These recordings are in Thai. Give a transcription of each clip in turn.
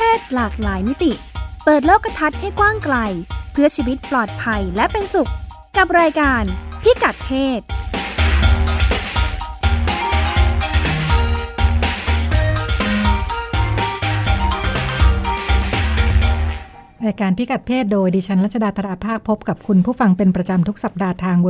ศหลากหลายมิติเปิดโลกทัศน์ให้กว้างไกลเพื่อชีวิตปลอดภัยและเป็นสุขกับรายการพิกัดเพศรายการพิกัดเพศโดยดิฉันรัชดาธราภาคพบกับคุณผู้ฟังเป็นประจำทุกสัปดาห์ทาง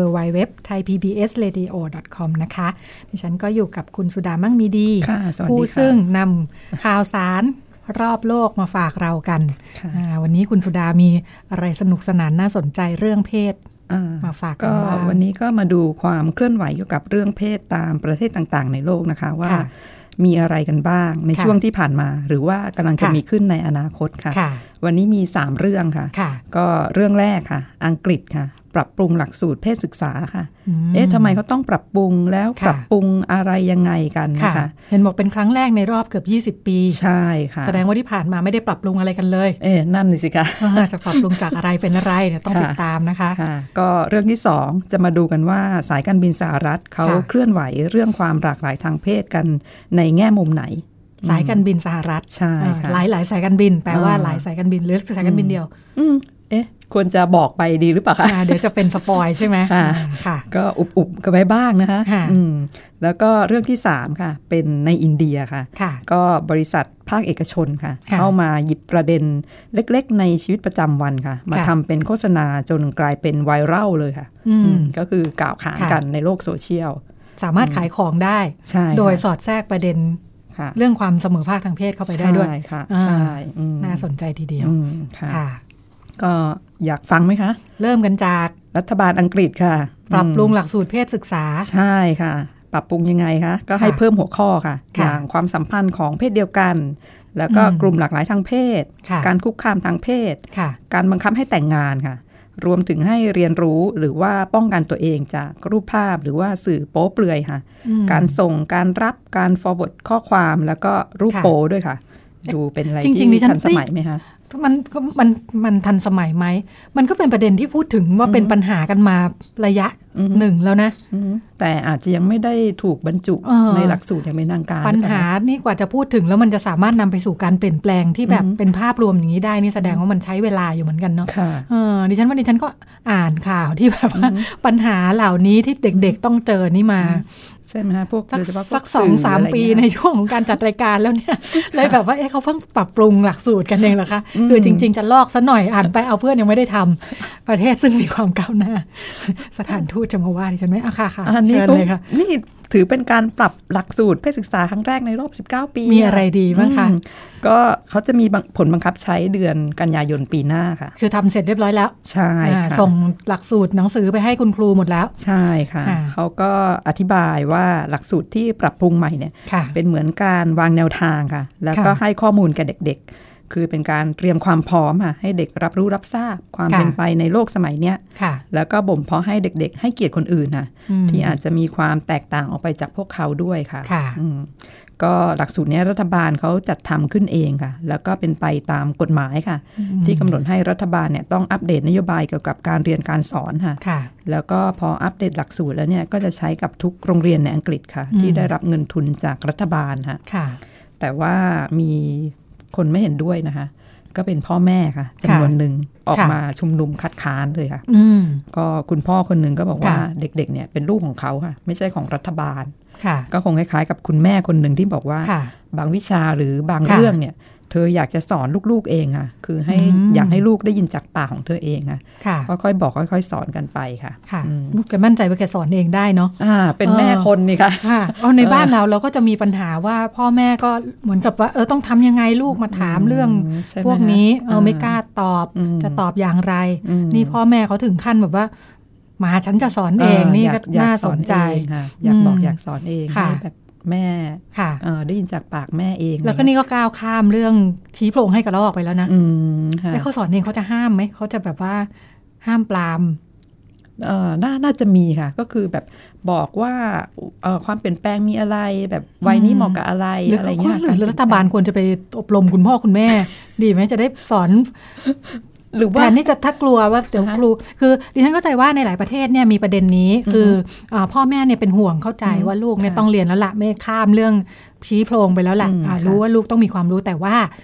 www.thaipbsradio.com นะคะดิฉันก็อยู่กับคุณสุดามั่งมีดีผู้ซึ่งนำข่าวสารรอบโลกมาฝากเรากันวันนี้คุณสุดามีอะไรสนุกสนานน่าสนใจเรื่องเพศมาฝากกันบ้างวันนี้ก็มาดูความเคลื่อนไหวเกี่ยวกับเรื่องเพศตามประเทศต่างๆในโลกนะคะว่ามีอะไรกันบ้างในช่วงที่ผ่านมาหรือว่ากำลังจะมีขึ้นในอนาคตค่ะวันนี้มี3เรื่องค่ะก็เรื่องแรกค่ะอังกฤษค่ะปรับปรุงหลักสูตรเพศศึกษาค่ะทำไมเขาต้องปรับปรุงแล้วปรับปรุงอะไรยังไงกันนะคะเห็นบอกเป็นครั้งแรกในรอบเกือบ20 ปีใช่ค่ะแสดงว่าที่ผ่านมาไม่ได้ปรับปรุงอะไรกันเลยนั่นเลยสิคะจะปรับปรุงจากอะไรเป็นอะไรเนี่ยต้องติดตามนะคะก็เรื่องที่2จะมาดูกันว่าสายการบินสหรัฐเขาเคลื่อนไหวเรื่องความหลากหลายทางเพศกันในแง่มุมไหนสายการบินสหรัฐใช่ค่ะหลายสายการบินแปลว่าหลายสายการบินหรือสายการบินเดียวควรจะบอกไปดีหรือเปล่าคะเดี๋ยวจะเป็นสปอยใช่ไหมค่ะก็อุบกันไว้บ้างนะคะแล้วก็เรื่องที่3ค่ะเป็นในอินเดียค่ะก็บริษัทภาคเอกชนค่ะเข้ามาหยิบประเด็นเล็กๆในชีวิตประจำวันค่ะมาทำเป็นโฆษณาจนกลายเป็นไวรัลเลยค่ะก็คือกล่าวขานกันในโลกโซเชียลสามารถขายของได้โดยสอดแทรกประเด็นเรื่องความเสมอภาคทางเพศเข้าไปได้ด้วยใช่น่าสนใจทีเดียวค่ะก็อยากฟังไหมคะเริ่มกันจากรัฐบาลอังกฤษค่ะปรับปรุงหลักสูตรเพศศึกษาใช่ค่ะปรับปรุงยังไงคะก็ให้เพิ่มหัวข้อค่ะอย่างความสัมพันธ์ของเพศเดียวกันแล้วก็กลุ่มหลากหลายทางเพศการคุกคามทางเพศการบังคับให้แต่งงานค่ะรวมถึงให้เรียนรู้หรือว่าป้องกันตัวเองจากรูปภาพหรือว่าสื่อโป๊เปลือยค่ะการส่งการรับการ forward ข้อความแล้วก็รูปโป๊ด้วยค่ะดูเป็นอะไรที่ทันสมัยไหมคะมันทันสมัยไหมมันก็เป็นประเด็นที่พูดถึงว่าเป็นปัญหากันมาระยะหนึ่งแล้วนะแต่อาจจะยังไม่ได้ถูกบรรจุในหลักสูตรอย่างเป็นทางการปัญหานี่กว่าจะพูดถึงแล้วมันจะสามารถนำไปสู่การเปลี่ยนแปลงที่แบบเป็นภาพรวมอย่างนี้ได้นี่แสดงว่ามันใช้เวลาอยู่เหมือนกันเนาะดิฉันก็อ่านข่าวที่แบบว่าปัญหาเหล่านี้ที่เด็กๆต้องเจอนี่มาใช่ไหมฮะพวกสัก 2-3 ปีในช่วงของการจัดรายการแล้วเนี่ยเลยแบบว่าเขาเพิ่งปรับปรุงหลักสูตรกันเองเหรอคะคือจริงๆจะลอกซะหน่อยอ่านไปเอาเพื่อนยังไม่ได้ทำประเทศซึ่งมีความก้าวหน้าสถานทูตจะมาว่าดิฉันไหมค่ะเชิญเลยค่ะนี่ถือเป็นการปรับหลักสูตรเพศศึกษาครั้งแรกในรอบ19 ปีมีอะไรดีบ้างคะก็เขาจะมีผลบังคับใช้เดือนกันยายนปีหน้าค่ะคือทำเสร็จเรียบร้อยแล้วใช่ค่ะส่งหลักสูตรหนังสือไปให้คุณครูหมดแล้วใช่ค่ะเขาก็อธิบายว่าหลักสูตรที่ปรับปรุงใหม่เนี่ยเป็นเหมือนการวางแนวทางค่ะแล้วก็ให้ข้อมูลแก่เด็กๆคือเป็นการเตรียมความพร้อมค่ะให้เด็กรับรู้รับทราบความเป็นไปในโลกสมัยเนี้ยแล้วก็บ่มเพาะให้เด็กๆให้เกียรติคนอื่นค่ะที่อาจจะมีความแตกต่างออกไปจากพวกเขาด้วยค่ะก็หลักสูตรนี้รัฐบาลเขาจัดทำขึ้นเองค่ะแล้วก็เป็นไปตามกฎหมายค่ะที่กำหนดให้รัฐบาลเนี่ยต้องอัปเดตนโยบายเกี่ยวกับการเรียนการสอนค่ะแล้วก็พออัปเดตหลักสูตรแล้วเนี่ยก็จะใช้กับทุกโรงเรียนในอังกฤษค่ะที่ได้รับเงินทุนจากรัฐบาลค่ะแต่ว่ามีคนไม่เห็นด้วยนะคะก็เป็นพ่อแม่ค่ะจำนวนหนึ่งออกมาชุมนุมคัดค้านเลยค่ะก็คุณพ่อคนหนึ่งก็บอกว่าเด็กๆเนี่ยเป็นลูกของเขาค่ะไม่ใช่ของรัฐบาลก็คงคล้ายๆกับคุณแม่คนหนึ่งที่บอกว่าบางวิชาหรือบางเรื่องเนี่ยเธออยากจะสอนลูกๆเองค่ะคือให้อยากให้ลูกได้ยินจากปากของเธอเองค่ะค่อยๆบอกค่อยๆสอนกันไปค่ะแกมั่นใจว่าแกสอนเองได้เนาะเป็นแม่คนนี่ค่ะเอาในบ้านเราก็จะมีปัญหาว่าพ่อแม่ก็เหมือนกับว่าต้องทำยังไงลูกมาถามเรื่องพวกนี้ไม่กล้าตอบจะตอบอย่างไรนี่พ่อแม่เขาถึงขั้นแบบว่ามาฉันจะสอนเองนี่ก็น่าสนใจอยากบอกอยากสอนเองให้แบบแม่ได้ยินจากปากแม่เองแล้วก็นี่ก็ก้าวข้ามเรื่องชี้โพรงให้กระรอกไปแล้วนะแล้วเขาสอนเองเขาจะห้ามไหมเขาจะแบบว่าห้ามปรามน่าจะมีค่ะก็คือแบบบอกว่าความเปลี่ยนแปลงมีอะไรแบบวัยนี้เหมาะกับอะไรอะไรเงี้ยหรือรัฐบาลควรจะไปอบรมคุณพ่อคุณแม่ดีไหมจะได้สอนหรือว่าแทนที่จะถ้ากลัวว่าเดี๋ยวครูคือดิฉันเข้าใจว่าในหลายประเทศเนี่ยมีประเด็นนี้คือพ่อแม่เนี่ยเป็นห่วงเข้าใจว่าลูกเนี่ยต้องเรียนแล้วล่ะไม่ข้ามเรื่องชี้โพรงไปแล้วแหละรู้ว่าลูกต้องมีความรู้แต่ว่า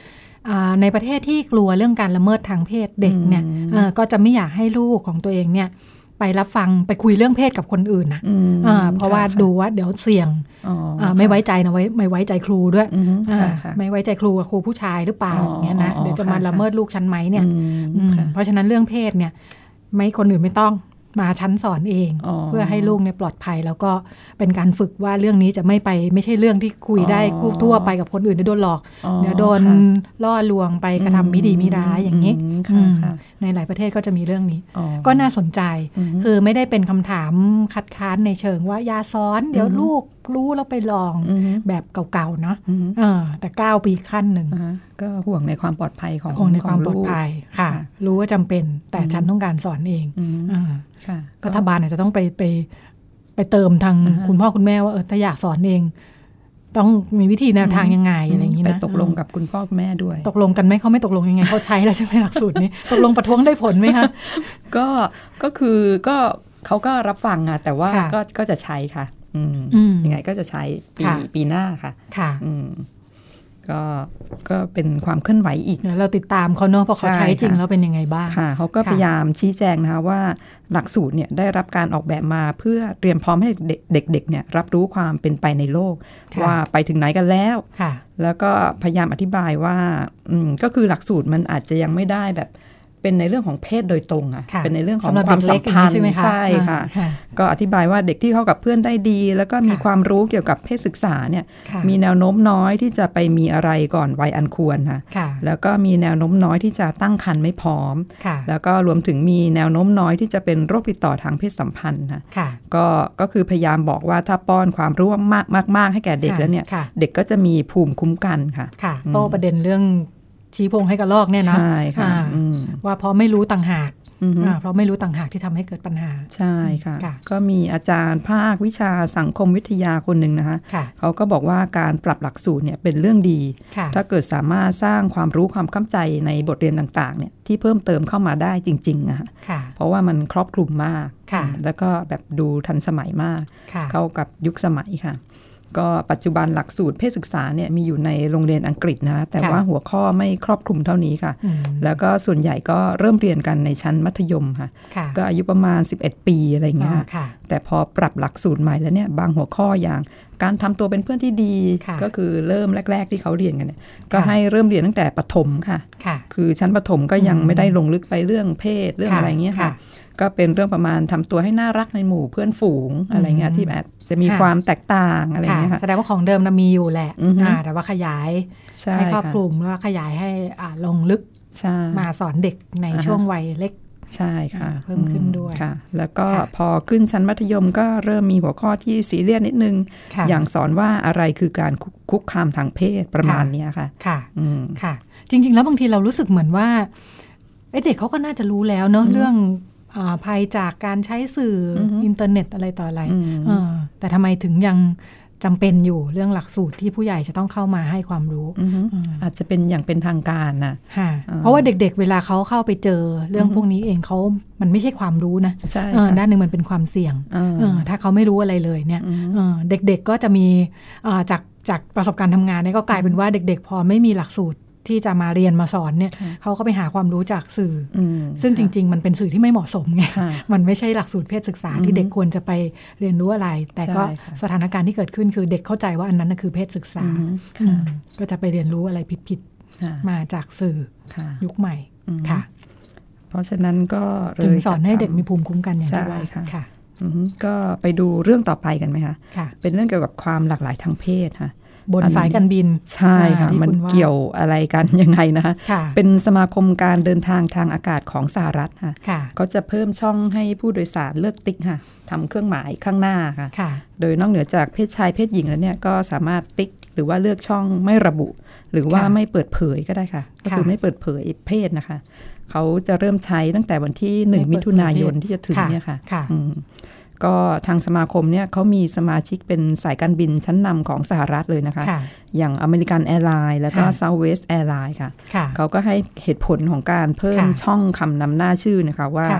ในประเทศที่กลัวเรื่องการละเมิดทางเพศเด็กเนี่ยก็จะไม่อยากให้ลูกของตัวเองเนี่ยไปรับฟังไปคุยเรื่องเพศกับคนอื่นนะเพราะว่าดูว่าเดี๋ยวเสี่ยงไม่ไว้ใจนะไม่ไว้ใจครูด้วยไม่ไว้ใจครูกับครูผู้ชายหรือเปล่าอย่างเงี้ยนะเดี๋ยวจะมาละเมิดลูกฉันไหมเนี่ยเพราะฉะนั้นเรื่องเพศเนี่ยไม่คนอื่นไม่ต้องมาชั้นสอนเองเพื่อให้ลูกเนี่ยปลอดภัยแล้วก็เป็นการฝึกว่าเรื่องนี้จะไม่ใช่เรื่องที่คุยได้คู่ทั่วไปกับคนอื่นเดี๋ยวโดนหลอกเดี๋ยวโดนล่อลวงไปกระทำไม่ดีไม่ร้ายอย่างนี้ในหลายประเทศก็จะมีเรื่องนี้ก็น่าสนใจคือไม่ได้เป็นคำถามคัดค้านในเชิงว่าอย่าสอนเดี๋ยวลูกรู้แล้วไปลองแบบเก่าๆเนาะแต่9 ปีขั้นหนึ่งก็ห่วงในความปลอดภัยของในความปลอดภัยค่ะรู้ว่าจำเป็นแต่ฉันต้องการสอนเองรัฐบาลจะต้องไปเติมทางคุณพ่อคุณแม่ว่าถ้าอยากสอนเองต้องมีวิธีแนวทางยังไงอะไรอย่างนี้นะไปตกลงกับคุณพ่อคุณแม่ด้วยตกลงกันไหมเขาไม่ตกลงยังไงเขาใช้แล้วใช่ไหมหลักสูตรนี้ตกลงประท้วงได้ผลไหมคะก็คือก็เขาก็รับฟังอะแต่ว่าก็จะใช้ค่ะยังไงก็จะใช้ปีหน้าค่ะก็เป็นความเคลื่อนไหวอีกเราติดตามเขาเนาะเพราะเขาใช้จริงแล้วเป็นยังไงบ้างค่ะเขาก็พยายามชี้แจงนะคะว่าหลักสูตรเนี่ยได้รับการออกแบบมาเพื่อเตรียมพร้อมให้เด็กๆเนี่ยรับรู้ความเป็นไปในโลกว่าไปถึงไหนกันแล้วแล้วก็พยายามอธิบายว่าก็คือหลักสูตรมันอาจจะยังไม่ได้แบบเป็นในเรื่องของเพศโดยตรงอะเป็นในเรื่องของความสัมพันธ์ใช่ค่ะก็อธิบายว่าเด็กที่เข้ากับเพื่อนได้ดีแล้วก็มีความรู้เกี่ยวกับเพศศึกษาเนี่ยมีแนวโน้มน้อยที่จะไปมีอะไรก่อนวัยอันควรค่ะแล้วก็มีแนวโน้มน้อยที่จะตั้งครรภ์ไม่พร้อมแล้วก็รวมถึงมีแนวโน้มน้อยที่จะเป็นโรคติดต่อทางเพศสัมพันธ์ค่ะก็คือพยายามบอกว่าถ้าป้อนความรู้มากให้แก่เด็กแล้วเนี่ยเด็กก็จะมีภูมิคุ้มกันค่ะโต้ประเด็นเรื่องชี้พงให้กระลอกเนี่ยนะว่าเพราะไม่รู้ต่างหากเพราะไม่รู้ต่างหากที่ทำให้เกิดปัญหาใช่ค่ะก็มีอาจารย์ภาควิชาสังคมวิทยาคนหนึ่งนะคะเขาก็บอกว่าการปรับหลักสูตรเนี่ยเป็นเรื่องดีถ้าเกิดสามารถสร้างความรู้ความเข้าใจในบทเรียนต่างๆเนี่ยที่เพิ่มเติมเข้ามาได้จริงๆนะคะเพราะว่ามันครอบคลุมมากแล้วก็แบบดูทันสมัยมากเข้ากับยุคสมัยค่ะก็ปัจจุบันหลักสูตรเพศศึกษาเนี่ยมีอยู่ในโรงเรียนอังกฤษนะแต่ว่าหัวข้อไม่ครอบคลุมเท่านี้ค่ะแล้วก็ส่วนใหญ่ก็เริ่มเรียนกันในชั้นมัธยมค่ะก็อายุประมาณ11 ปีอะไรเงี้ยแต่พอปรับหลักสูตรใหม่แล้วเนี่ยบางหัวข้ออย่างการทำตัวเป็นเพื่อนที่ดีก็คือเริ่มแรกๆที่เขาเรียนกันเนี่ยก็ให้เริ่มเรียนตั้งแต่ประถมค่ะคือชั้นประถมก็ยังไม่ได้ลงลึกไปเรื่องเพศเรื่องอะไรเงี้ยค่ะก็เป็นเรื่องประมาณทำตัวให้น่ารักในหมู่เพื่อนฝูงอะไรเงี้ยที่แบบจะมีความแตกต่างอะไรเงี้ยค่ะแสดงว่าของเดิมมีอยู่แหละแต่ว่าขยายให้ครอบคลุมแล้วขยายให้ลงลึกมาสอนเด็กในช่วงวัยเล็กใช่ค่ะเพิ่มขึ้นด้วยค่ะแล้วก็พอขึ้นชั้นมัธยมก็เริ่มมีหัวข้อที่ซีเรียสนิดนึงอย่างสอนว่าอะไรคือการคุกคามทางเพศประมาณนี้ค่ะค่ะจริงๆแล้วบางทีเรารู้สึกเหมือนว่าเด็กเขาก็น่าจะรู้แล้วเนอะเรื่องภัยจากการใช้สื่ออินเทอร์เน็ตอะไรต่ออะไรแต่ทำไมถึงยังจำเป็นอยู่เรื่องหลักสูตรที่ผู้ใหญ่จะต้องเข้ามาให้ความรู้อาจจะเป็นอย่างเป็นทางการนะเพราะว่าเด็กๆเวลาเขาเข้าไปเจอเรื่องพวกนี้เองมันไม่ใช่ความรู้นะด้านหนึ่งมันเป็นความเสี่ยงถ้าเขาไม่รู้อะไรเลยเนี่ยเด็กๆก็จะมีจากประสบการณ์ทำงานเนี่ยก็กลายเป็นว่าเด็กๆพอไม่มีหลักสูตรที่จะมาเรียนมาสอนเนี่ยเขาก็ไปหาความรู้จากสื่อซึ่งจริงๆมันเป็นสื่อที่ไม่เหมาะสมไงมันไม่ใช่หลักสูตรเพศศึกษาที่เด็กควรจะไปเรียนรู้อะไรแต่ก็สถานการณ์ที่เกิดขึ้นคือเด็กเข้าใจว่าอันนั้นคือเพศศึกษาก็จะไปเรียนรู้อะไรผิดๆมาจากสื่อยุคใหม่ค่ะเพราะฉะนั้นก็ถึงสอนให้เด็กมีภูมิคุ้มกันอย่างที่ว่าค่ะก็ไปดูเรื่องต่อไปกันไหมคะเป็นเรื่องเกี่ยวกับความหลากหลายทางเพศค่ะบนสายการบินใช่ค่ะมันเกี่ยวอะไรกันยังไงนะคะเป็นสมาคมการเดินทางทางอากาศของสหรัฐค่ะก็จะเพิ่มช่องให้ผู้โดยสารเลือกติ๊กค่ะทำเครื่องหมายข้างหน้าค่ะโดยนอกเหนือจากเพศชายเพศหญิงแล้วเนี่ยก็สามารถติ๊กหรือว่าเลือกช่องไม่ระบุหรือว่าไม่เปิดเผยก็ได้ค่ะก็คือไม่เปิดเผยเพศนะคะเขาจะเริ่มใช้ตั้งแต่วันที่1 มิถุนายนที่จะถึงเนี่ยค่ะก็ทางสมาคมเนี่ยเขามีสมาชิกเป็นสายการบินชั้นนำของสหรัฐเลยนะคะอย่างอเมริกันแอร์ไลน์แล้วก็ Southwest Airlines ค่ะเขาก็ให้เหตุผลของการเพิ่มช่องคำนำหน้าชื่อนะคะว่า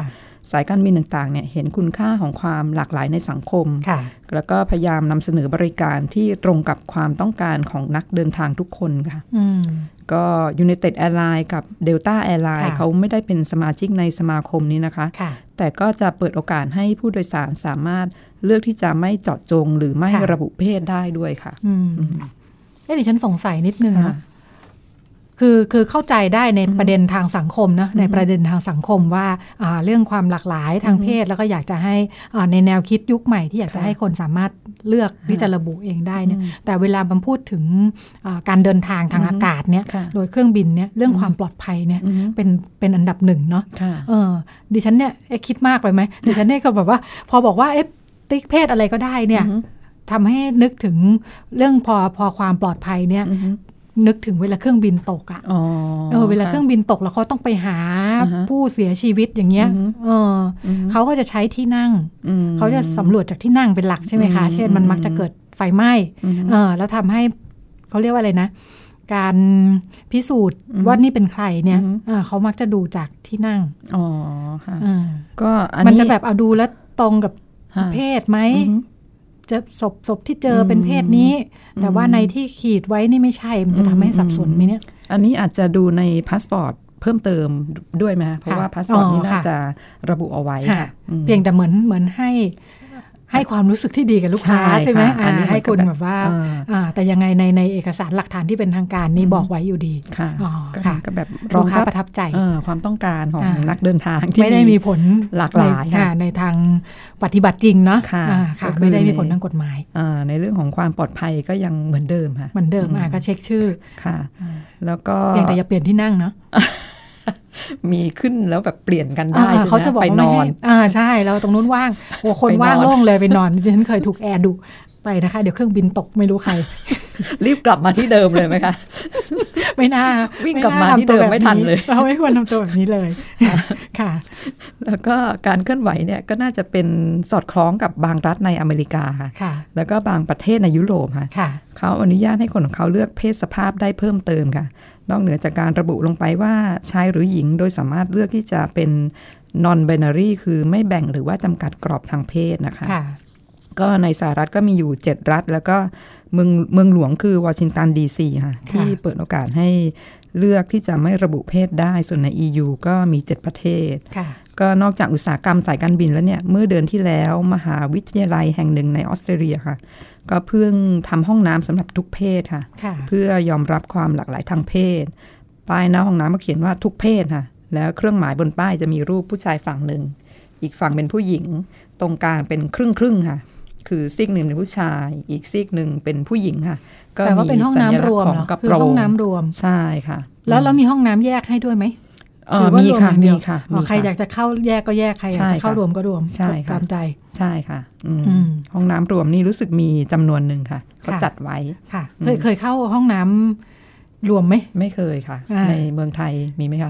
สายการบินต่างๆเนี่ยเห็นคุณค่าของความหลากหลายในสังคมแล้วก็พยายามนำเสนอบริการที่ตรงกับความต้องการของนักเดินทางทุกคนค่ะก็ United Airlines กับ Delta Airlines เขาไม่ได้เป็นสมาชิกในสมาคมนี้นะคะแต่ก็จะเปิดโอกาสให้ผู้โดยสารสามารถเลือกที่จะไม่เจาะจงหรือไม่ระบุเพศได้ด้วยค่ะดิฉันสงสัยนิดนึงนะคือเข้าใจได้ในประเด็นทางสังคมนะในประเด็นทางสังคมว่าเรื่องความหลากหลายทางเพศแล้วก็อยากจะให้ในแนวคิดยุคใหม่ที่อยากจะให้คนสามารถเลือกที่จะระบุเองได้เนี่ยแต่เวลามันพูดถึงการเดินทางทางอากาศเนี่ยโดยเครื่องบินเนี่ยเรื่องความปลอดภัยเนี่ยเป็นอันดับหนึ่งเนาะดิฉันเนี่ยคิดมากไปไหมดิฉันเนี่ยก็แบบว่าพอบอกว่าติ๊กเพศอะไรก็ได้เนี่ยทำให้นึกถึงเรื่องพอความปลอดภัยเนี่ยนึกถึงเวลาเครื่องบินตกอ่ะเวลาเครื่องบินตกแล้วเขาต้องไปหาผู้เสียชีวิตอย่างเงี้ยเขาก็จะใช้ที่นั่งเขาจะสำรวจจากที่นั่งเป็นหลักใช่ไหมคะเช่นมันมักจะเกิดไฟไหม้แล้วทำให้เขาเรียกว่าอะไรนะการพิสูจน์ว่านี่เป็นใครเนี่ยเขามักจะดูจากที่นั่งก็มันจะแบบเอาดูแล้วตรงกับเพศไหมจะศพที่เจอเป็นเพศนี้แต่ว่าในที่ขีดไว้นี่ไม่ใช่มันจะทำให้สับสนไหมเนี่ยอันนี้อาจจะดูในพาสปอร์ตเพิ่มเติมด้วยไหมเพราะว่าพาสปอร์ตนี้น่าจะระบุเอาไว้เพียงแต่เหมือนให้ความรู้สึกที่ดีกับลูกค้าใช่ไหมให้คุณแบบว่าแต่ยังไงในเอกสารหลักฐานที่เป็นทางการนี่บอกไว้อยู่ดีค่ะก็แบบลูกค้าประทับใจความต้องการของนักเดินทางที่ไม่ได้มีผลหลากหลายในทางปฏิบัติจริงเนาะไม่ได้มีผลทางกฎหมายในเรื่องของความปลอดภัยก็ยังเหมือนเดิมค่ะเหมือนเดิมก็เช็คชื่อค่ะแล้วก็อย่างแต่อย่าเปลี่ยนที่นั่งเนาะมีขึ้นแล้วแบบเปลี่ยนกันได้เขาจะบอกไปนอนใช่แล้วตรงนู้นว่างโอ้คนว่างโล่งเลยไปนอนดิฉันเคยถูกแอร์ดุไปนะคะเดี๋ยวเครื่องบินตกไม่รู้ใครรีบกลับมาที่เดิมเลยไหมคะไม่น่าวิ่งกลับมาที่เดิมไม่ทันเลยเราไม่ควรทำตัวแบบนี้เลยค่ะแล้วก็การเคลื่อนไหวเนี่ยก็น่าจะเป็นสอดคล้องกับบางรัฐในอเมริกาค่ะแล้วก็บางประเทศในยุโรปค่ะเขาอนุญาตให้คนของเขาเลือกเพศสภาพได้เพิ่มเติมค่ะนอกเหนือจากการระบุลงไปว่าชายหรือหญิงโดยสามารถเลือกที่จะเป็น non binary คือไม่แบ่งหรือว่าจำกัดกรอบทางเพศนะคะก็ในสหรัฐก็มีอยู่7รัฐแล้วก็เมืองหลวงคือวอชิงตันดีซีค่ะที่เปิดโอกาสให้เลือกที่จะไม่ระบุเพศได้ส่วนใน EU ก็มี7ประเทศก็นอกจากอุตสาหกรรมสายการบินแล้วเนี่ยเมื่อเดือนที่แล้วมหาวิทยาลัยแห่งหนึ่งในออสเตรเลียค่ะก็เพิ่งทำห้องน้ำสำหรับทุกเพศค่ะเพื่อยอมรับความหลากหลายทางเพศป้ายหน้าห้องน้ำก็เขียนว่าทุกเพศค่ะแล้วเครื่องหมายบนป้ายจะมีรูปผู้ชายฝั่งหนึ่งอีกฝั่งเป็นผู้หญิงตรงกลางเป็นครึ่งค่ะคือซีกหนึ่งเป็นผู้ชายอีกซีกหนึ่งเป็นผู้หญิงค่ะก็มีสัญลักษณ์ของกระโปรงห้องน้ำรวมใช่ค่ะแล้วมีห้องน้ำแยกให้ด้วยไหมมีค่ะมีค่ะใครอยากจะเข้าแยกก็แยกใครอยากจะเข้ารวมก็รวมตามใจใช่ค่ะห้องน้ำรวมนี่รู้สึกมีจำนวนหนึ่งค่ะเขาจัดไว้ค่ะเคยเข้าห้องน้ำรวมไหมไม่เคยค่ะในเมืองไทยมีไหมคะ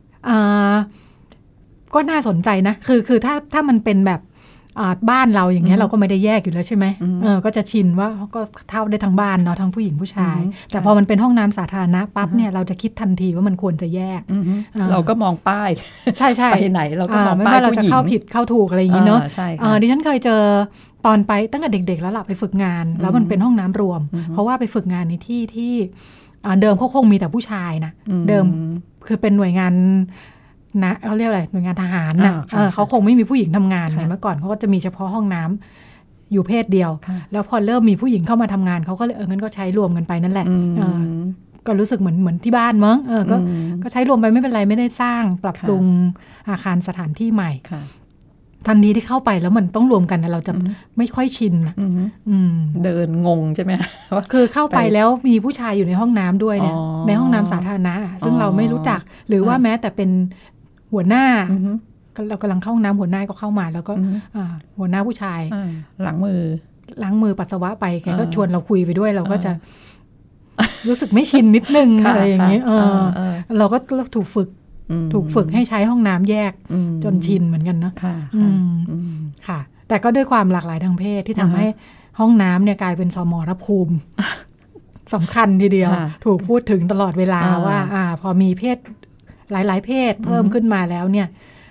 ก็น่าสนใจนะคือถ้ามันเป็นแบบบ้านเราอย่างเงี้ยเราก็ไม่ได้แยกอยู่แล้วใช่ไหมก็จะชินว่าก็เท่าได้ทั้งบ้านเนาะทั้งผู้หญิงผู้ชายแต่พอมันเป็นห้องน้ำสาธารณะปั๊บเนี่ยเราจะคิดทันทีว่ามันควรจะแยกเราก็มองป้ายใช่ไปไหนเราก็มองป้ายเราจะเข้าผิดเข้าถูกอะไรอย่างงี้เนาะดิฉันเคยเจอตอนไปตั้งแต่เด็กๆแล้วล่ะไปฝึกงานแล้วมันเป็นห้องน้ำรวมเพราะว่าไปฝึกงานในที่เดิมเขาคงมีแต่ผู้ชายนะเดิมคือเป็นหน่วยงานนะเขาเรียกอะไรหน่วยงานทหารนะเขาคงไม่มีผู้หญิงทำงานเมื่อก่อนเขาก็จะมีเฉพาะห้องน้ำอยู่เพศเดียวแล้วพอเริ่มมีผู้หญิงเข้ามาทำงานเขาก็เลยงั้นก็ใช้รวมกันไปนั่นแหละก็รู้สึกเหมือนที่บ้านมั้งก็ใช้รวมไปไม่เป็นไรไม่ได้สร้างปรับปรุงอาคารสถานที่ใหม่ทันทีที่เข้าไปแล้วมันต้องรวมกันนะเราจะไม่ค่อยชินนะเดินงงใช่ไหมคือเข้าไปแล้วมีผู้ชายอยู่ในห้องน้ำด้วยเนี่ยในห้องน้ำสาธารณะซึ่งเราไม่รู้จักหรือว่าแม้แต่เป็นหัวหน้าเรากำลังเข้าห้องน้ำหัวหน้าก็เข้ามาแล้วก็หัวหน้าผู้ชายล้างมือปัสสาวะไปแกก็ชวนเราคุยไปด้วยเราก็จะรู้สึกไม่ชินนิดนึงอะไรอย่างนี้เราก็ถูกฝึกให้ใช้ห้องน้ำแยกจนชินเหมือนกันเนาะค่ะแต่ก็ด้วยความหลากหลายทางเพศที่ทำให้ห้องน้ำเนี่ยกลายเป็นสมรภูมิสำคัญทีเดียวถูกพูดถึงตลอดเวลาว่าพอมีเพศหลายๆเพศเพิ่มขึ้นมาแล้วเนี่ย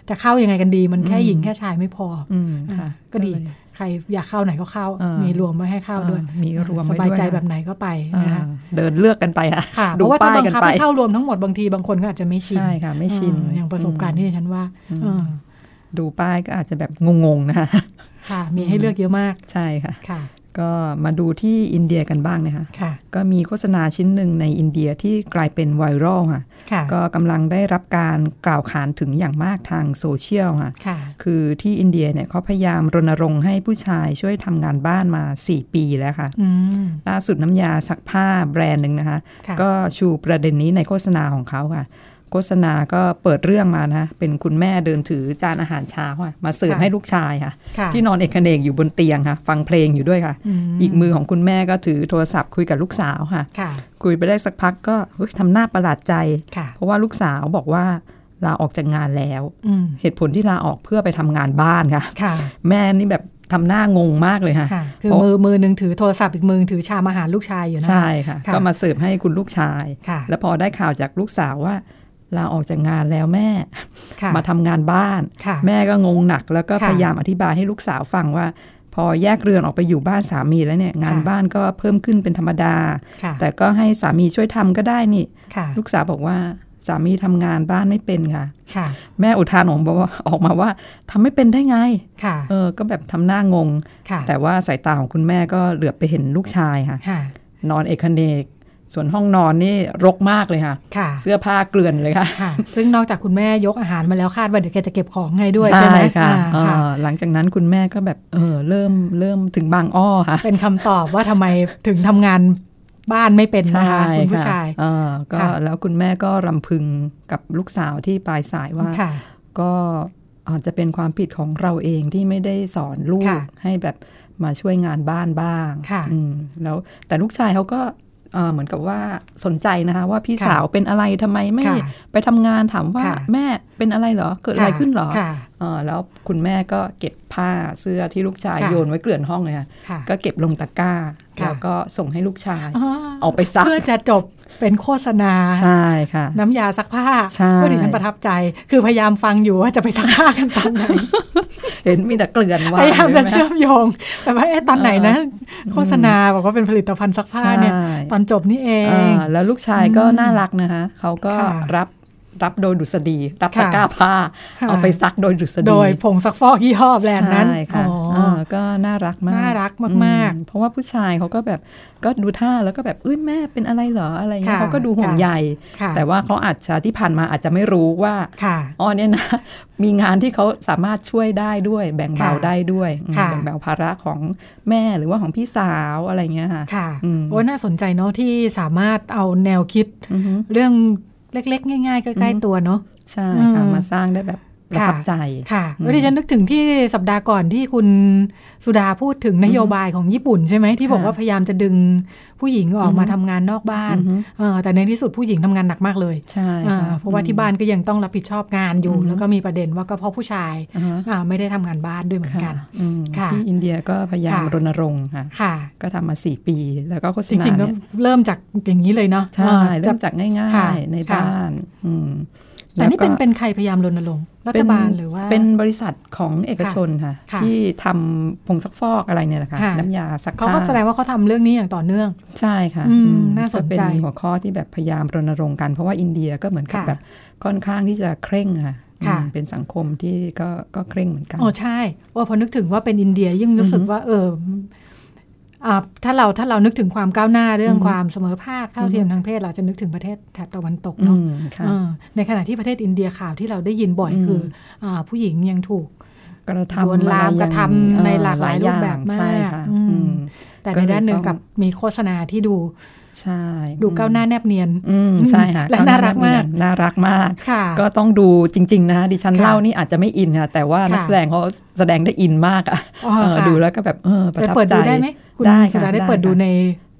จะเข้ายังไงกันดีมันแค่หญิงแค่ชายไม่พอก็ดีใครอยากเข้าไหนก็เข้ามีรวมไว้ให้เข้าด้วยมีรวมสบายใจแบบไหนก็ไปนะคะเดินเลือกกันไปค่ะเพราะว่าถ้าบังคับให้เข้ารวมทั้งหมดบางทีบางคนก็อาจจะไม่ชินใช่ค่ะไม่ชินอย่างประสบการณ์ที่ฉันว่าดูป้ายก็อาจจะแบบงงๆนะคะค่ะมีให้เลือกเยอะมากใช่ค่ะก็มาดูที่อินเดียกันบ้างนะคะก็มีโฆษณาชิ้นหนึ่งในอินเดียที่กลายเป็นไวรัลค่ะก็กำลังได้รับการกล่าวขานถึงอย่างมากทางโซเชียลค่ะคือที่อินเดียเนี่ยเขาพยายามรณรงค์ให้ผู้ชายช่วยทำงานบ้านมา4 ปีแล้วค่ะล่าสุดน้ำยาซักผ้าแบรนด์หนึ่งนะคะก็ชูประเด็นนี้ในโฆษณาของเขาค่ะโฆษณาก็เปิดเรื่องมานะเป็นคุณแม่เดินถือจานอาหารเช้าค่ะมาเสิร์ฟให้ลูกชายค่ะที่นอนเอกเนกอยู่บนเตียงค่ะฟังเพลงอยู่ด้วยค่ะอีกมือของคุณแม่ก็ถือโทรศัพท์คุยกับลูกสาวค่ะคุยไปได้สักพักก็ทำหน้าประหลาดใจเพราะว่าลูกสาวบอกว่าลาออกจากงานแล้วเหตุผลที่ลาออกเพื่อไปทำงานบ้านค่ะแม่นี่แบบทำหน้างงมากเลยค่ะคือมือนึงถือโทรศัพท์อีกมือถือชามอาหารลูกชายอยู่นะใช่ค่ะก็มาเสิร์ฟให้คุณลูกชายแล้วพอได้ข่าวจากลูกสาวว่าลาออกจากงานแล้วแม่มาทำงานบ้านแม่ก็งงหนักแล้วก็พยายามอธิบายให้ลูกสาวฟังว่าพอแยกเรือนออกไปอยู่บ้านสามีแล้วเนี่ยงานบ้านก็เพิ่มขึ้นเป็นธรรมดาแต่ก็ให้สามีช่วยทำก็ได้นี่ลูกสาวบอกว่าสามีทำงานบ้านไม่เป็นค่ะแม่อุทานออกมาว่าทำไม่เป็นได้ไงก็แบบทำหน้างงแต่ว่าสายตาของคุณแม่ก็เหลือบไปเห็นลูกชายค่ะนอนเอกเนกส่วนห้องนอนนี่รกมากเลยค่ะเสื้อผ้าเกลื่อนเลยค่ะซึ่งนอกจากคุณแม่ยกอาหารมาแล้วคาดว่าเดี๋ยวแกจะเก็บของให้ด้วยใช่ไหมค่ะหลังจากนั้นคุณแม่ก็แบบเริ่มถึงบางอ้อค่ะเป็นคำตอบว่าทำไมถึงทำงานบ้านไม่เป็นนะคะคุณผู้ชายก็แล้วคุณแม่ก็รำพึงกับลูกสาวที่ปลายสายว่าก็อาจจะเป็นความผิดของเราเองที่ไม่ได้สอนลูกให้แบบมาช่วยงานบ้านบ้างแล้วแต่ลูกชายเขาก็เหมือนกับว่าสนใจนะคะว่าพี่สาวเป็นอะไรทำไมไม่ไปทำงานถามว่าแม่เป็นอะไรเหรอเกิดอะไรขึ้นเหรอแล้วคุณแม่ก็เก็บผ้าเสื้อที่ลูกชายโยนไว้เกลื่อนห้องเลยค่ะก็เก็บลงตะกร้าแล้วก็ส่งให้ลูกชายเอาไปซักเพื่อจะจบเป็นโฆษณาใช่ค่ะน้ำยาซักผ้าก็ดิฉันประทับใจคือพยายามฟังอยู่ว่าจะไปซักผ้ากันตอนไหนเห็นมีแต่เกลื่อนว่าพยายามจะเชื่อมโยงแต่ว่าตอนไหนนะโฆษณาบอกว่าเป็นผลิตภัณฑ์ซักผ้าเนี่ยตอนจบนี่เองแล้วลูกชายก็น่ารักนะคะเขาก็รับโดยดุษฎีรับตะกร้าผ้าเอาไปซักโดยดุษฎีโดยผงซักฟอกยี่ห้อแบรนด์นั้นก็น่ารักมากน่ารักมากๆเพราะว่าผู้ชายเขาก็แบบก็ดูท่าแล้วก็แบบแม่เป็นอะไรเหรออะไรเงี้ยเขาก็ดูห่วงใยแต่ว่าเขาอาจจะที่ผ่านมาอาจจะไม่รู้ว่าเนี่ยนะมีงานที่เขาสามารถช่วยได้ด้วยแบ่งเบาได้ด้วยแบ่งเบาภาระของแม่หรือว่าของพี่สาวอะไรเงี้ยค่ะน่าสนใจเนาะที่สามารถเอาแนวคิดเรื่องเล็กๆง่ายๆใกล้ๆตัวเนาะใช่ค่ะมาสร้างได้แบบประทับใจค่ะแล้วดิฉันนึกถึงที่สัปดาห์ก่อนที่คุณสุดาพูดถึงนโยบายของญี่ปุ่นใช่ไหมที่บอกว่าพยายามจะดึงผู้หญิงออกมาทำงานนอกบ้านแต่ในที่สุดผู้หญิงทำงานหนักมากเลยใช่เพราะว่าที่บ้านก็ยังต้องรับผิดชอบงานอยู่แล้วก็มีประเด็นว่าก็เพราะผู้ชายไม่ได้ทำงานบ้านด้วยเหมือนกันที่อินเดียก็พยายามรณรงค์ค่ะก็ทำมา4 ปีแล้วก็โฆษณาจริงๆก็เริ่มจากอย่างนี้เลยเนาะใช่เริ่มจากง่ายๆในบ้านแต่นี่เป็นใครพยายามรณรงค์รัฐบาลหรือว่าเป็นบริษัทของเอกชนค่ะที่ทำผงซักฟอกอะไรเนี่ยแหละค่ะน้ำยาซักผ้าเขาก็แสดงว่าเขาทำเรื่องนี้อย่างต่อเนื่องใช่ค่ะน่าสนใจเป็นหัวข้อที่แบบพยายามรณรงค์กันเพราะว่าอินเดียก็เหมือนกับแบบค่อนข้างที่จะเคร่งค่ะเป็นสังคมที่ก็เคร่งเหมือนกันใช่พอนึกถึงว่าเป็นอินเดียยิ่งรู้สึกว่าถ้าเรานึกถึงความก้าวหน้าเรื่องความเสมอภาคเท่าเทียมทางเพศเราจะนึกถึงประเทศแถบตะวันตกเนาะในขณะที่ประเทศอินเดียข่าวที่เราได้ยินบ่อยคือผู้หญิงยังถูกกระทำลวนลามกระทำในหลากหลายรูปแบบมากแต่ในด้านหนึ่งกับมีโฆษณาที่ดูดูก้าวหน้าแนบเนียนใช่ค่ะและน่ารักมากน่ารักมากก็ต้องดูจริงๆนะดิฉันเล่านี่อาจจะไม่อินค่ะแต่ว่านักแสดงเขาแสดงได้อินมากดูแล้วก็แบบประทับใจเปิดดูได้ไหมคุณสุดาได้เปิดดูใน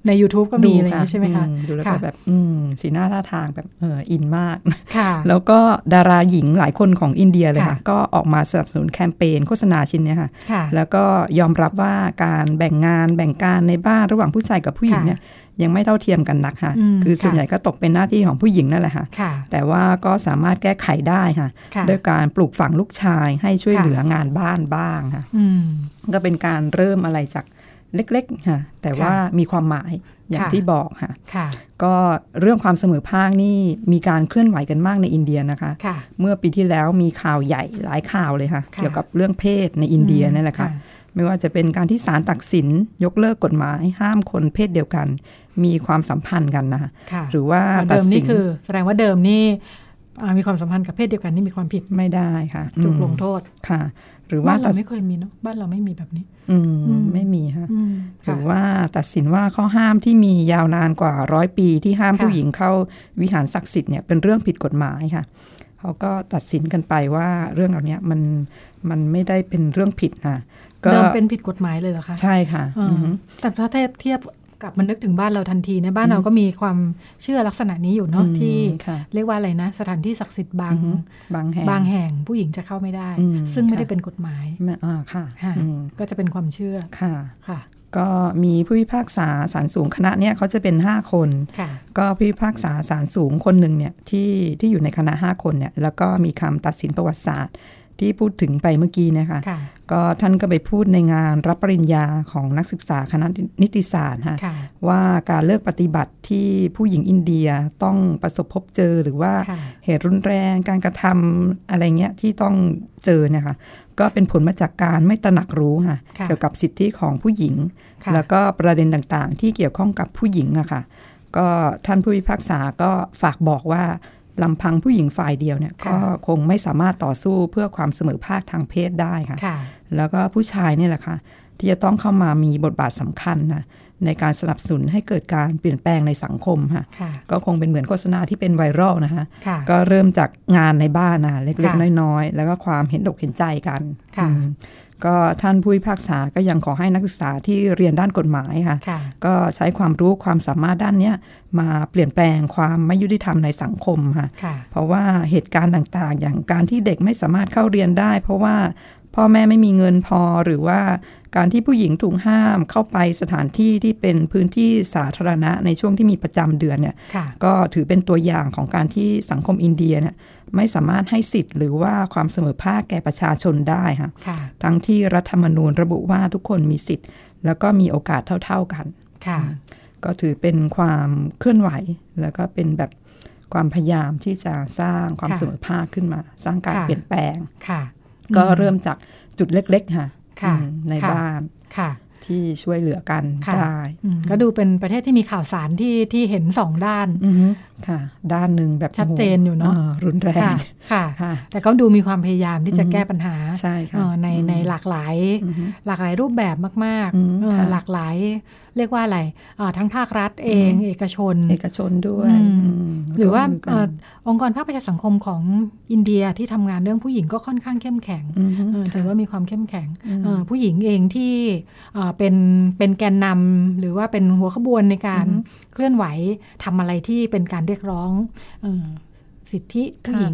ใน YouTube ก็มีอะไรอย่างนี้ใช่ไหมคะดูแล้วก็แบบสีหน้าท่าทางแบบอินมากแล้วก็ดาราหญิงหลายคนของอินเดียเลยค่ะก็ออกมาสนับสนุนแคมเปญโฆษณาชิ้นนี้ค่ะแล้วก็ยอมรับว่าการแบ่งงานแบ่งการในบ้านระหว่างผู้ชายกับผู้หญิงเนี่ยยังไม่เท่าเทียมกันนักค่ะคือส่วนใหญ่ก็ตกเป็นหน้าที่ของผู้หญิงนั่นแหละค่ะแต่ว่าก็สามารถแก้ไขได้ค่ะด้วยการปลูกฝังลูกชายให้ช่วยเหลืองานบ้านบ้างค่ะก็เป็นการเริ่มอะไรจากเล็กๆค่ะแต่ว่ามีความหมายอย่างที่บอกค่ะก็เรื่องความเสมอภาคนี่มีการเคลื่อนไหวกันมากในอินเดียนะคะเมื่อปีที่แล้วมีข่าวใหญ่หลายข่าวเลยค่ะเกี่ยวกับเรื่องเพศในอินเดียนั่นแหละค่ะไม่ว่าจะเป็นการที่ศาลตัดสินยกเลิกกฎหมายห้ามคนเพศเดียวกันมีความสัมพันธ์กันนะคะหรือว่าเดิมนี่คือแสดงว่าเดิมนี่มีความสัมพันธ์กับเพศเดียวกันนี่มีความผิดไม่ได้ค่ะถูกลงโทษค่ะหรือว่าบ้านเราไม่เคยมีเนาะบ้านเราไม่มีแบบนี้ไม่มีค่ะหรือว่าตัดสินว่าข้อห้ามที่มียาวนานกว่า100 ปีที่ห้ามผู้หญิงเข้าวิหารศักดิ์สิทธิ์เนี่ยเป็นเรื่องผิดกฎหมายค่ะเขาก็ตัดสินกันไปว่าเรื่องเหล่านี้มันไม่ได้เป็นเรื่องผิดค่ะเดิมเป็นผิดกฎหมายเลยเหรอคะใช่ค่ะแต่ถ้าเทียบกับมันนึกถึงบ้านเราทันทีในบ้านเราก็มีความเชื่อลักษณะนี้อยู่เนาะที่เรียกว่าอะไรนะสถานที่ศักดิ์สิทธิ์บางแห่งผู้หญิงจะเข้าไม่ได้ซึ่งไม่ได้เป็นกฎหมายค่ะก็จะเป็นความเชื่อค่ะก็มีผู้พิพากษาศาลสูงคณะเนี่ยเขาจะเป็น5 คนก็ผู้พิพากษาศาลสูงคนหนึ่งเนี่ยที่อยู่ในคณะ5 คนเนี่ยแล้วก็มีคำตัดสินประวัติศาสตร์ที่พูดถึงไปเมื่อกี้นะคะก็ท่านก็ไปพูดในงานรับปริญญาของนักศึกษาคณะนิติศาสตร์ค่ะว่าการเลิกปฏิบัติที่ผู้หญิงอินเดียต้องประสบพบเจอหรือว่าเหตุรุนแรงการกระทำอะไรเงี้ยที่ต้องเจอเนี่ยค่ะก็เป็นผลมาจากการไม่ตระหนักรู้ค่ะเกี่ยวกับสิทธิของผู้หญิงแล้วก็ประเด็นต่างๆที่เกี่ยวข้องกับผู้หญิงอะค่ะก็ท่านผู้พิพากษาก็ฝากบอกว่าลำพังผู้หญิงฝ่ายเดียวเนี่ยก็คงไม่สามารถต่อสู้เพื่อความเสมอภาคทางเพศได้ค่ะแล้วก็ผู้ชายนี่แหละค่ะที่จะต้องเข้ามามีบทบาทสำคัญนะในการสนับสนุนให้เกิดการเปลี่ยนแปลงในสังคมค่ะก็คงเป็นเหมือนโฆษณาที่เป็นไวรัลนะคะก็เริ่มจากงานในบ้านนะเล็กๆน้อยๆแล้วก็ความเห็นอกเห็นใจกันก็ท่านผู้พิพากษาก็ยังขอให้นักศึกษาที่เรียนด้านกฎหมายค่ะก็ใช้ความรู้ความสามารถด้านนี้มาเปลี่ยนแปลงความไม่ยุติธรรมในสังคมค่ะเพราะว่าเหตุการณ์ต่างๆอย่างการที่เด็กไม่สามารถเข้าเรียนได้เพราะว่าพ่อแม่ไม่มีเงินพอหรือว่าการที่ผู้หญิงถูกห้ามเข้าไปสถานที่ที่เป็นพื้นที่สาธารณะในช่วงที่มีประจำเดือนเนี่ยก็ถือเป็นตัวอย่างของการที่สังคมอินเดียเนี่ยไม่สามารถให้สิทธิ์หรือว่าความเสมอภาคแก่ประชาชนได้ค่ะทั้งที่รัฐธรรมนูญระบุว่าทุกคนมีสิทธิ์แล้วก็มีโอกาสเท่าๆกันก็ถือเป็นความเคลื่อนไหวแล้วก็เป็นแบบความพยายามที่จะสร้างความเสมอภาคขึ้นมาสร้างการเปลี่ยนแปลงก็เริ่มจากจุดเล็กๆค่ะในบ้านที่ช่วยเหลือกันได้ก็ดูเป็นประเทศที่มีข่าวสารที่เห็น2 ด้านค่ะด้านหนึ่งแบบชัดเจนอยู่เนาะรุนแรงค่ะแต่ก็ดูมีความพยายามที่จะแก้ปัญหาในหลากหลายรูปแบบมากๆหลากหลายเรียกว่าอะไรทั้งภาครัฐเองเอกชนด้วยหรือว่าองค์กรภาคประชาสังคมของอินเดียที่ทำงานเรื่องผู้หญิงก็ค่อนข้างเข้มแข็งถือว่ามีความเข้มแข็งผู้หญิงเองที่เป็นแกนนำหรือว่าเป็นหัวขบวนในการเคลื่อนไหวทำอะไรที่เป็นการเรียกร้องสิทธิผู้หญิง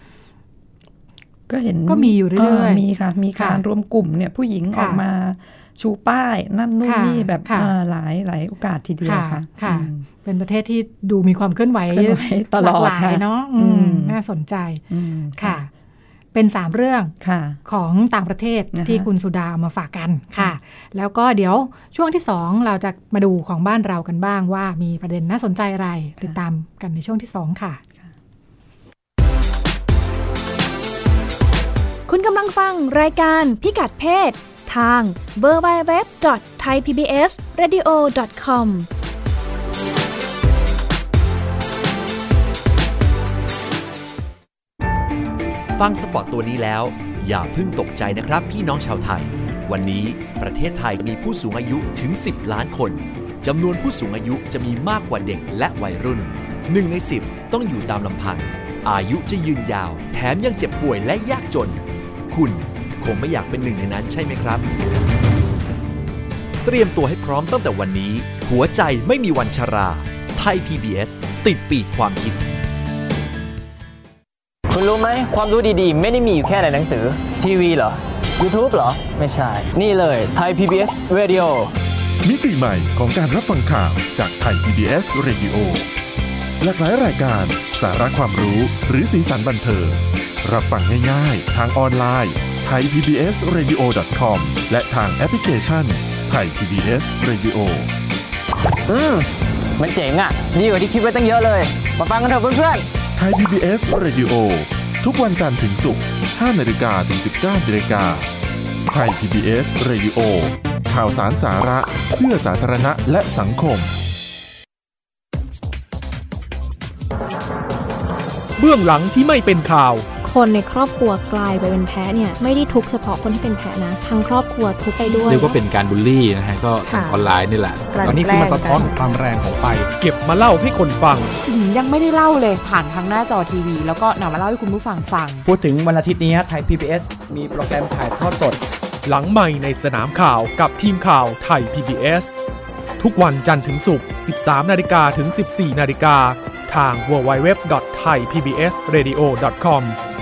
ก็เห็นก็มีอยู่เรื่อยๆมีค่ะมีการรวมกลุ่มเนี่ยผู้หญิงออกมาชูป้ายนั่นนู่นนี่แบบหลายโอกาสทีเดียวค่ะเป็นประเทศที่ดูมีความเคลื่อนไหวตลอดเนาะน่าสนใจค่ะเป็น3เรื่องของต่างประเทศที่คุณสุดามาฝากกันค่ะแล้วก็เดี๋ยวช่วงที่2เราจะมาดูของบ้านเรากันบ้างว่ามีประเด็นน่าสนใจอะไรติดตามกันในช่วงที่2ค่ะคุณกำลังฟังรายการพิกัดเพศทาง www.thaipbsradio.com ฟังสปอตตัวนี้แล้วอย่าเพิ่งตกใจนะครับพี่น้องชาวไทยวันนี้ประเทศไทยมีผู้สูงอายุถึง10 ล้านคนจำนวนผู้สูงอายุจะมีมากกว่าเด็กและวัยรุ่น1 ใน 10ต้องอยู่ตามลำพังอายุจะยืนยาวแถมยังเจ็บป่วยและยากจนคุณคงไม่อยากเป็นหนึ่งในนั้นใช่ไหมครับเตรียมตัวให้พร้อมตั้งแต่วันนี้หัวใจไม่มีวันชราไทย PBS ติดปีกความคิดคุณรู้ไหมความรู้ดีๆไม่ได้มีอยู่แค่ในหนังสือทีวีเหรอ YouTube เหรอไม่ใช่นี่เลยไทย PBS Radio มิติใหม่ของการรับฟังข่าวจากไทย PBS Radio หลากหลายรายการสาระความรู้หรือสีสันบันเทิงรับฟังง่ายๆทางออนไลน์ thaipbsradio.com และทางแอปพลิเคชัน Thai PBS Radio มันเจ๋งอ่ะดีกว่าที่คิดไว้ตั้งเยอะเลยมาฟังกันเถอะเพื่อนๆ Thai PBS Radio ทุกวันจันทร์ถึงศุกร์ 5:00 นถึง 19:00 นThai PBS Radio ข่าวสารสาระเพื่อสาธารณะและสังคมเบื้องหลังที่ไม่เป็นข่าวคนในครอบครัวกลายไปเป็นแพ้เนี่ยไม่ได้ทุกเฉพาะคนที่เป็นแพ้นะทั้งครอบครัวทุกไปด้วยเรียกว่าเป็นการบูลลี่นะฮะก็ทางออนไลน์นี่แหละตอนนี้คือมาสะท้อนความแรงของไฟเก็บมาเล่าให้คนฟังยังไม่ได้เล่าเลยผ่านทางหน้าจอทีวีแล้วก็นำมาเล่าให้คุณผู้ฟังฟังพูดถึงวันอาทิตย์นี้ไทย PBS มีโปรแกรมถ่ายทอดสดหลังใหม่ในสนามข่าวกับทีมข่าวไทย PBS ทุกวันจันทร์ถึงศุกร์ 13:00 นถึง 14:00 นทาง www.thaipbsradio.com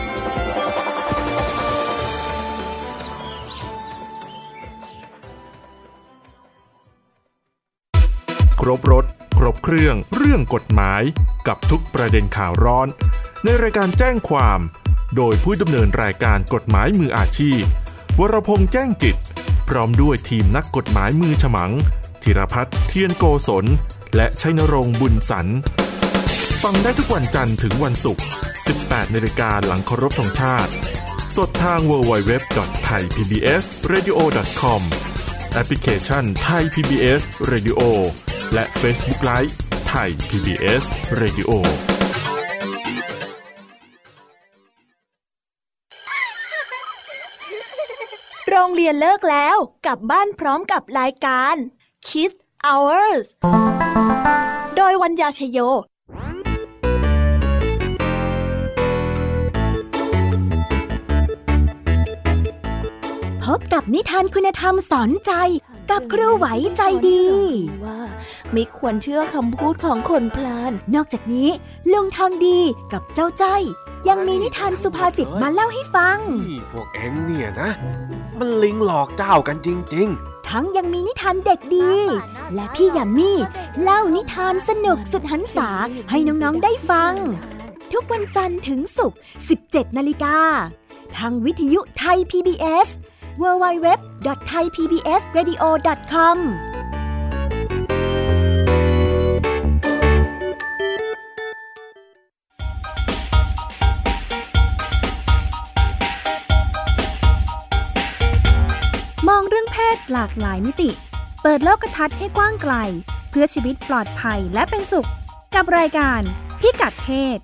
ครบรถครบเครื่องเรื่องกฎหมายกับทุกประเด็นข่าวร้อนในรายการแจ้งความโดยผู้ดำเนินรายการกฎหมายมืออาชีพวรพงษ์แจ้งจิตพร้อมด้วยทีมนักกฎหมายมือฉมังธีรพัฒน์เทียนโกศลและชัยนรงค์บุญสรรฟังได้ทุกวันจันทร์ถึงวันศุกร์ 18:00 นหลังเคารพธงชาติสดทาง www.thaipbsradio.com แอปพลิเคชัน Thai PBS Radio และ Facebook Live Thai PBS Radio โรงเรียนเลิกแล้วกลับบ้านพร้อมกับรายการ Kids Hours โดยวัญญาชโยพบกับนิทานคุณธรรมสอนใจกับครูไหวใจดีว่าไม่ควรเชื่อคำพูดของคนพลานนอกจากนี้ลุงทองดีกับเจ้าจ้อยยังมีนิทานสุภาษิตมาเล่าให้ฟังพวกเอ็งเนี่ยนะมันลิงหลอกเจ้ากันจริงๆทั้งยังมีนิทานเด็กดีและพี่ยามีเล่านิทานสนุกสุดหรรษาให้น้องๆได้ฟังทุกวันจันทร์ถึงศุกร์ 17:00 นทางวิทยุไทย PBS www.thaipbsradio.com มองเรื่องเพศหลากหลายมิติเปิดโลกทัศน์ให้กว้างไกลเพื่อชีวิตปลอดภัยและเป็นสุขกับรายการพิกัดเพศ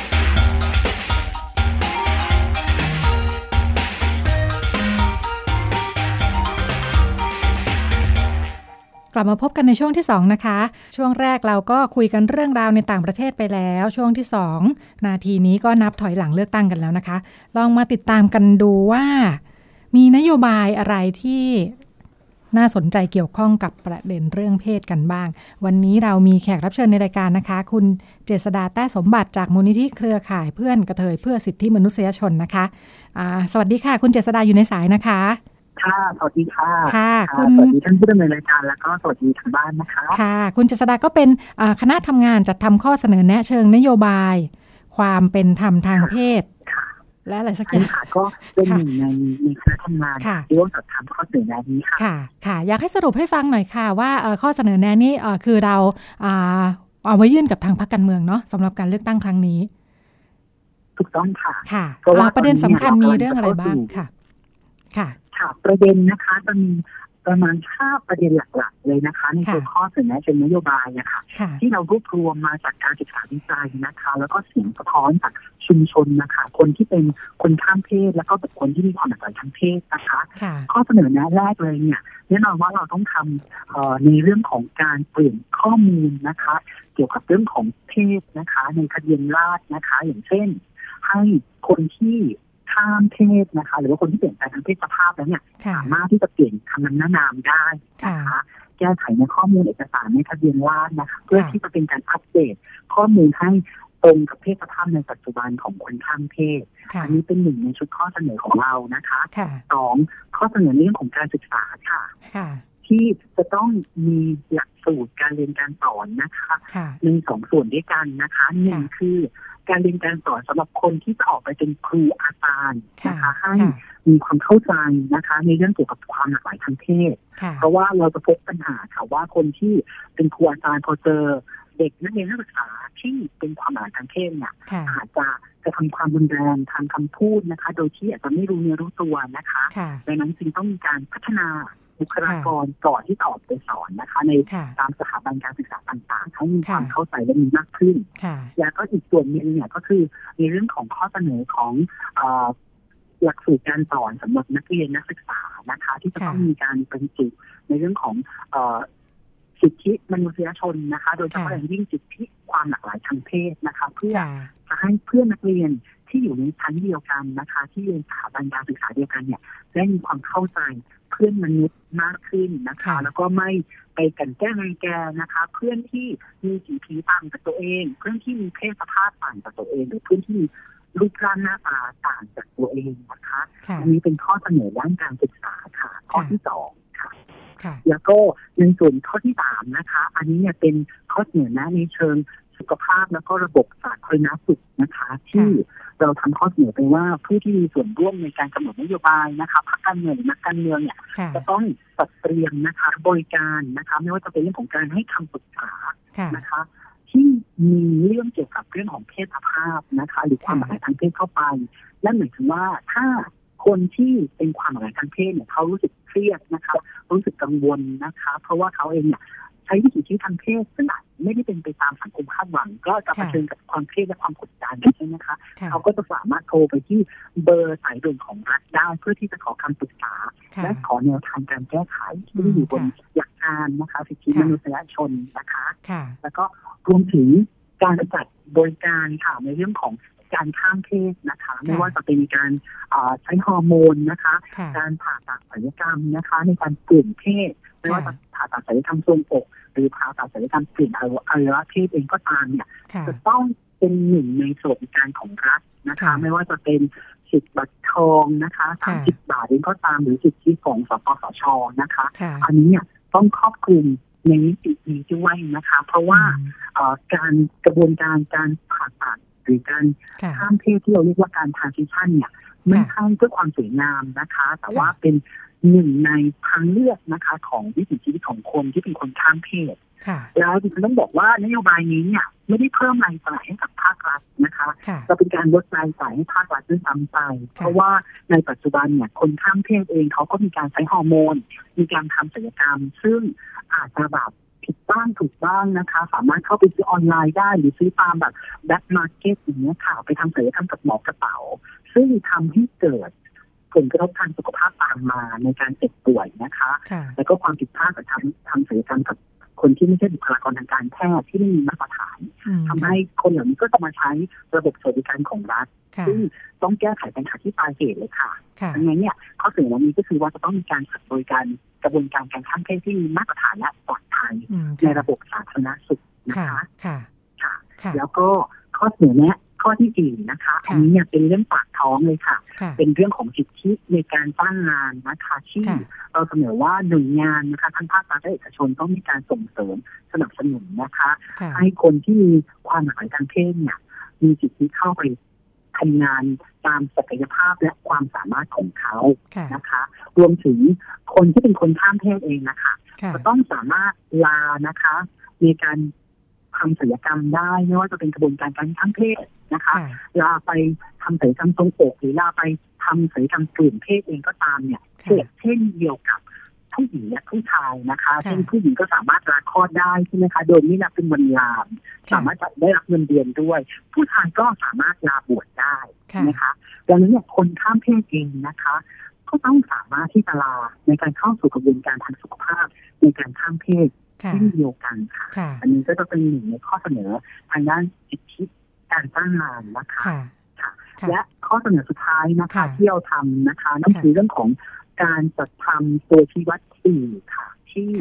กลับมาพบกันในช่วงที่2นะคะช่วงแรกเราก็คุยกันเรื่องราวในต่างประเทศไปแล้วช่วงที่2นาทีนี้ก็นับถอยหลังเลือกตั้งกันแล้วนะคะลองมาติดตามกันดูว่ามีนโยบายอะไรที่น่าสนใจเกี่ยวข้องกับประเด็นเรื่องเพศกันบ้างวันนี้เรามีแขกรับเชิญในรายการนะคะคุณเจษฎาแต้สมบัติจากมูลนิธิเครือข่ายเพื่อนกระเทยเพื่อสิทธิมนุษยชนนะคะสวัสดีค่ะคุณเจษฎาอยู่ในสายนะคะค่ะสวัสดีค่ะค่ะคุณสวัสดีท่านผู้ดำเนินรายการแล้วก็สวัสดีทางบ้านนะคะค่ะคุณเจษฎาก็เป็นคณะทำงานจัดทำข้อเสนอแนะเชิงนโยบายความเป็นธรรมทางเพศและอะไรสักอย่างก็เป็นหนึ่งในคณะทำงานที่ร่วมจัดทำข้อเสนอแนะนี้ค่ะค่ะอยากให้สรุปให้ฟังหน่อยค่ะว่าข้อเสนอแนะนี้คือเราเอาไว้ยื่นกับทางพรรคการเมืองเนาะสำหรับการเลือกตั้งครั้งนี้ถูกต้องค่ะค่ะประเด็นสำคัญมีเรื่องอะไรบ้างค่ะค่ะประเด็นนะคะจะมีประมาณ5ประเด็นหลักๆเลยนะคะในตัวข้อเสนอแนะเชิงนโยบายนะคะที่เรารวบรวมมาจากการศึกษาวิจัยนะคะแล้วก็เสียงสะท้อนจากชุมชนนะคะคนที่เป็นคนข้ามเพศแล้วก็บุคคลที่มีความหลากหลายทางเพศนะคะข้อเสนอแนะแรกเลยเนี่ยแน่นอนว่าเราต้องทำในเรื่องของการเปลี่ยนข้อมูลนะคะเกี่ยวกับเรื่องของเพศนะคะในทะเบียนราษฎร์นะคะอย่างเช่นให้คนที่ข้ามเพศนะคะหรือว่าคนที่เปลี่ยนแปลงทางเพศสภาพแล้วเนี่ยสามารถที่จะเปลี่ยนคำนามได้นะคะแก้ไขในข้อมูลเอกสารในทะเบียนราษฎร์นะคะเพื่อที่จะเป็นการอัปเดตข้อมูลให้ตรงกับเพศสภาพในปัจจุบันของคนข้ามเพศอันนี้เป็นหนึ่งในชุดข้อเสนอของเรานะคะสองข้อเสนอเรื่องของการศึกษาค่ะที่จะต้องมีหลักสูตรการเรียนการสอนนะคะใน2 ส่วนด้วยกันนะคะหนึ่งคือการเรียนการสอนสำหรับคนที่จะออกไปเป็นครูอาจารย์นะคะให้มีความเข้าใจนะคะในเรื่องเกี่ยวกับความหลากหลายทางเพศเพราะว่าเราจะพบปัญหาค่ะว่าคนที่เป็นครูอาจารย์พอเจอเด็กนักเรียนนักศึกษาที่เป็นความหลากหลายทางเพศเนี่ยอาจจะทำความรุนแรงทางคำพูดนะคะโดยที่อาจจะไม่รู้เนื้อรู้ตัวนะคะดังนั้นจึงต้องมีการพัฒนาบุคลากรก่อนที่จะออกไปสอนนะคะในตามสถาบันการศึกษาต่างๆให้มีความเข้าใจและมีมากขึ้นแล้วก็อีกส่วนนึงเนี่ยก็คือในเรื่องของข้อเสนอของหลักสูตรการสอนสำหรับนักเรียนนักศึกษานะคะที่จะต้องมีการบรรจุในเรื่องของสิทธิมนุษยชนนะคะโดยเฉพาะอย่างยิ่งสิทธิความหลากหลายทางเพศนะคะเพื่อจะให้เพื่อนนักเรียนที่อยู่ในชั้นเดียวกันนะคะที่เรียนสถาบันการศึกษาเดียวกันเนี่ยได้มีความเข้าใจเพื่อนมนุษย์มากขึ้นนะคะแล้วก็ไม่ไปกันแกล้งรังแกนะคะเพื่อนที่มีสีผิวต่างจากตัวเองเพื่อนที่มีเพศสภาพต่างจากตัวเองหรือเพื่อนที่มีรูปร่างหน้าตาต่างจากตัวเองนะคะอันนี้เป็นข้อเสนอด้านการศึกษาค่ะข้อที่2ค่ะแล้วก็ในส่วนข้อที่3นะคะอันนี้เนี่ยเป็นข้อเสนอในเชิงสุขภาพแล้วก็ระบบสาธารณสุขนะคะที่เราทำข้อเสนอไปว่าผู้ที่มีส่วนร่วมในการกำหนดนโยบายนะคะพรรคการเมืองหรือนักการเมืองเนี่ยจะต้องจัดเตรียมนะคะบริการนะคะไม่ว่าจะเป็นเรื่องของการให้คำปรึกษานะคะที่มีเรื่องเกี่ยวกับเรื่องของเพศสภาพนะคะหรือความหลากหลายทางเพศเข้าไปนั่นหมายถึงว่าถ้าคนที่เป็นความหลากหลายทางเพศเนี่ยเขารู้สึกเครียดนะคะรู้สึกกังวลนะคะเพราะว่าเขาเองเนี่ยใช้วิถีชีวิตทางเพศซึ่งไม่ได้เป็นไปตามสังคมคาดหวังก็จะเผชิญกับความเครียดและความกดดันใช่ไหมคะเขาก็จะสามารถโทรไปที่เบอร์สายด่วนของรัฐได้เพื่อที่จะขอคำปรึกษาและขอแนวทางการแก้ไขที่อยู่บนหลักการนะคะสิทธิมนุษยชนนะคะแล้วก็รวมถึงการจัดบริการค่ะในเรื่องของการข้ามเพศนะคะไม่ว่าจะเป็นการใช้ฮอร์โมนนะคะการผ่าตัดศัลยกรรมนะคะในการเปลี่ยนเพศไม่ว่าจะผ่าตัดศัลยกรรมทรวงอกหรือผ่าตัดศัลยกรรมเปลี่ยนอวัยวะเพศเองก็ตามเนี่ยจะต้องเป็นหนึ่งในสวัสดิการของรัฐนะคะไม่ว่าจะเป็นสิทธิบัตรทองนะคะ30 บาทเองก็ตามหรือสิทธิของสปสชนะคะอันนี้เนี่ยต้องครอบคลุมในมิตินี้ด้วยนะคะเพราะว่าการกระบวนการการผ่าตัดหรือการข้ามเพศที่เราเรียกว่าการ transition เนี่ยไม่ใช่เพื่อความสวยงามนะคะแต่ว่าเป็นหนึ่งในทางเลือกนะคะของวิถีชีวิตของคนที่เป็นคนข้ามเพศแล้วดิฉันต้องบอกว่านโยบายนี้เนี่ยไม่ได้เพิ่มรายจ่ายให้กับภาครัฐนะคะจะเป็นการลดรายจ่ายให้ภาครัฐด้วยซ้ำไปเพราะว่าในปัจจุบันเนี่ยคนข้ามเพศเองเขาก็มีการใช้ฮอร์โมนมีการทำศัลยกรรมซึ่งอาจจะแบบผิดบ้างถูกบ้างนะคะสามารถเข้าไปซื้อออนไลน์ได้หรือซื้อตามแบบแบ็คมาร์เก็ตอย่างเงี้ยค่ะไปทำศัลยกรรมกับหมอกระเป๋าซึ่งทำให้เกิดผลกระทบทางสุขภาพตามมาในการเจ็บป่วยนะคะแล้วก็ความผิดพลาดจากทำศัลยกรรมกับคนที่ไม่ใช่บุคลากรทางการแพทย์ที่ไม่มีมาตรฐานทำให้คนเหล่านี้ก็จะมาใช้ระบบสวัสดิการของรัฐซึ่งต้องแก้ไขปัญหาที่ปลายเหตุเลยค่ะดังนั้นเนี่ยข้อเสนอวันนี้ก็คือว่าจะต้องมีการจัดบริการกระบวนการการข้ามเพศที่มีมาตรฐานและปลอดภัยในระบบสาธารณสุขนะคะแล้วก็ข้อเสนอแนะข้อที่4นะคะอันนี้เนี่ยเป็นเรื่องปากท้องเลยค่ะเป็นเรื่องของสิทธิในการจ้างงานนะคะที่เราเสนอว่าหน่วยงานนะคะทั้งภาครัฐและเอกชนต้องมีการส่งเสริมสนับสนุนนะคะให้คนที่มีความหลากหลายทางเพศเนี่ยมีสิทธิเข้าไปทำงานตามศักยภาพและความสามารถของเขานะคะรวมถึงคนที่เป็นคนข้ามเพศเองนะคะจะต้องสามารถลานะคะในการทำศัลยกรรมได้ไม่ว่าจะเป็นกระบวนการการข้ามเพศนะคะลาไปทำศัลยกรรมทรงอกหรือลาไปทำศัลยกรรมเปลี่ยนเพศเองก็ตามเนี่ยเช่นเดียวกับผู้หญิงและผู้ชายนะคะเช่นผู้หญิงก็สามารถลาคลอดได้ใช่ไหมคะโดยไม่นับเป็นวันลาสามารถจะได้รับเงินเดือนด้วยผู้ชายก็สามารถลาบวชได้นะคะดังนั้นเนี่ยคนข้ามเพศเองนะคะก็ต้องสามารถที่จะลาในการเข้าสู่กระบวนการทางสุขภาพในการข้ามเพศเช่นเดียวกันค่ะอันนี้ก็จะเป็นหนึ่งในข้อเสนอทางด้านสิทธิการจ้างงานนะคะและข้อเสนอสุดท้ายนะคะที่เราทำนะคะนั่นคือเรื่องของการจัดทำตัวชี้วัดสื่อค่ะที่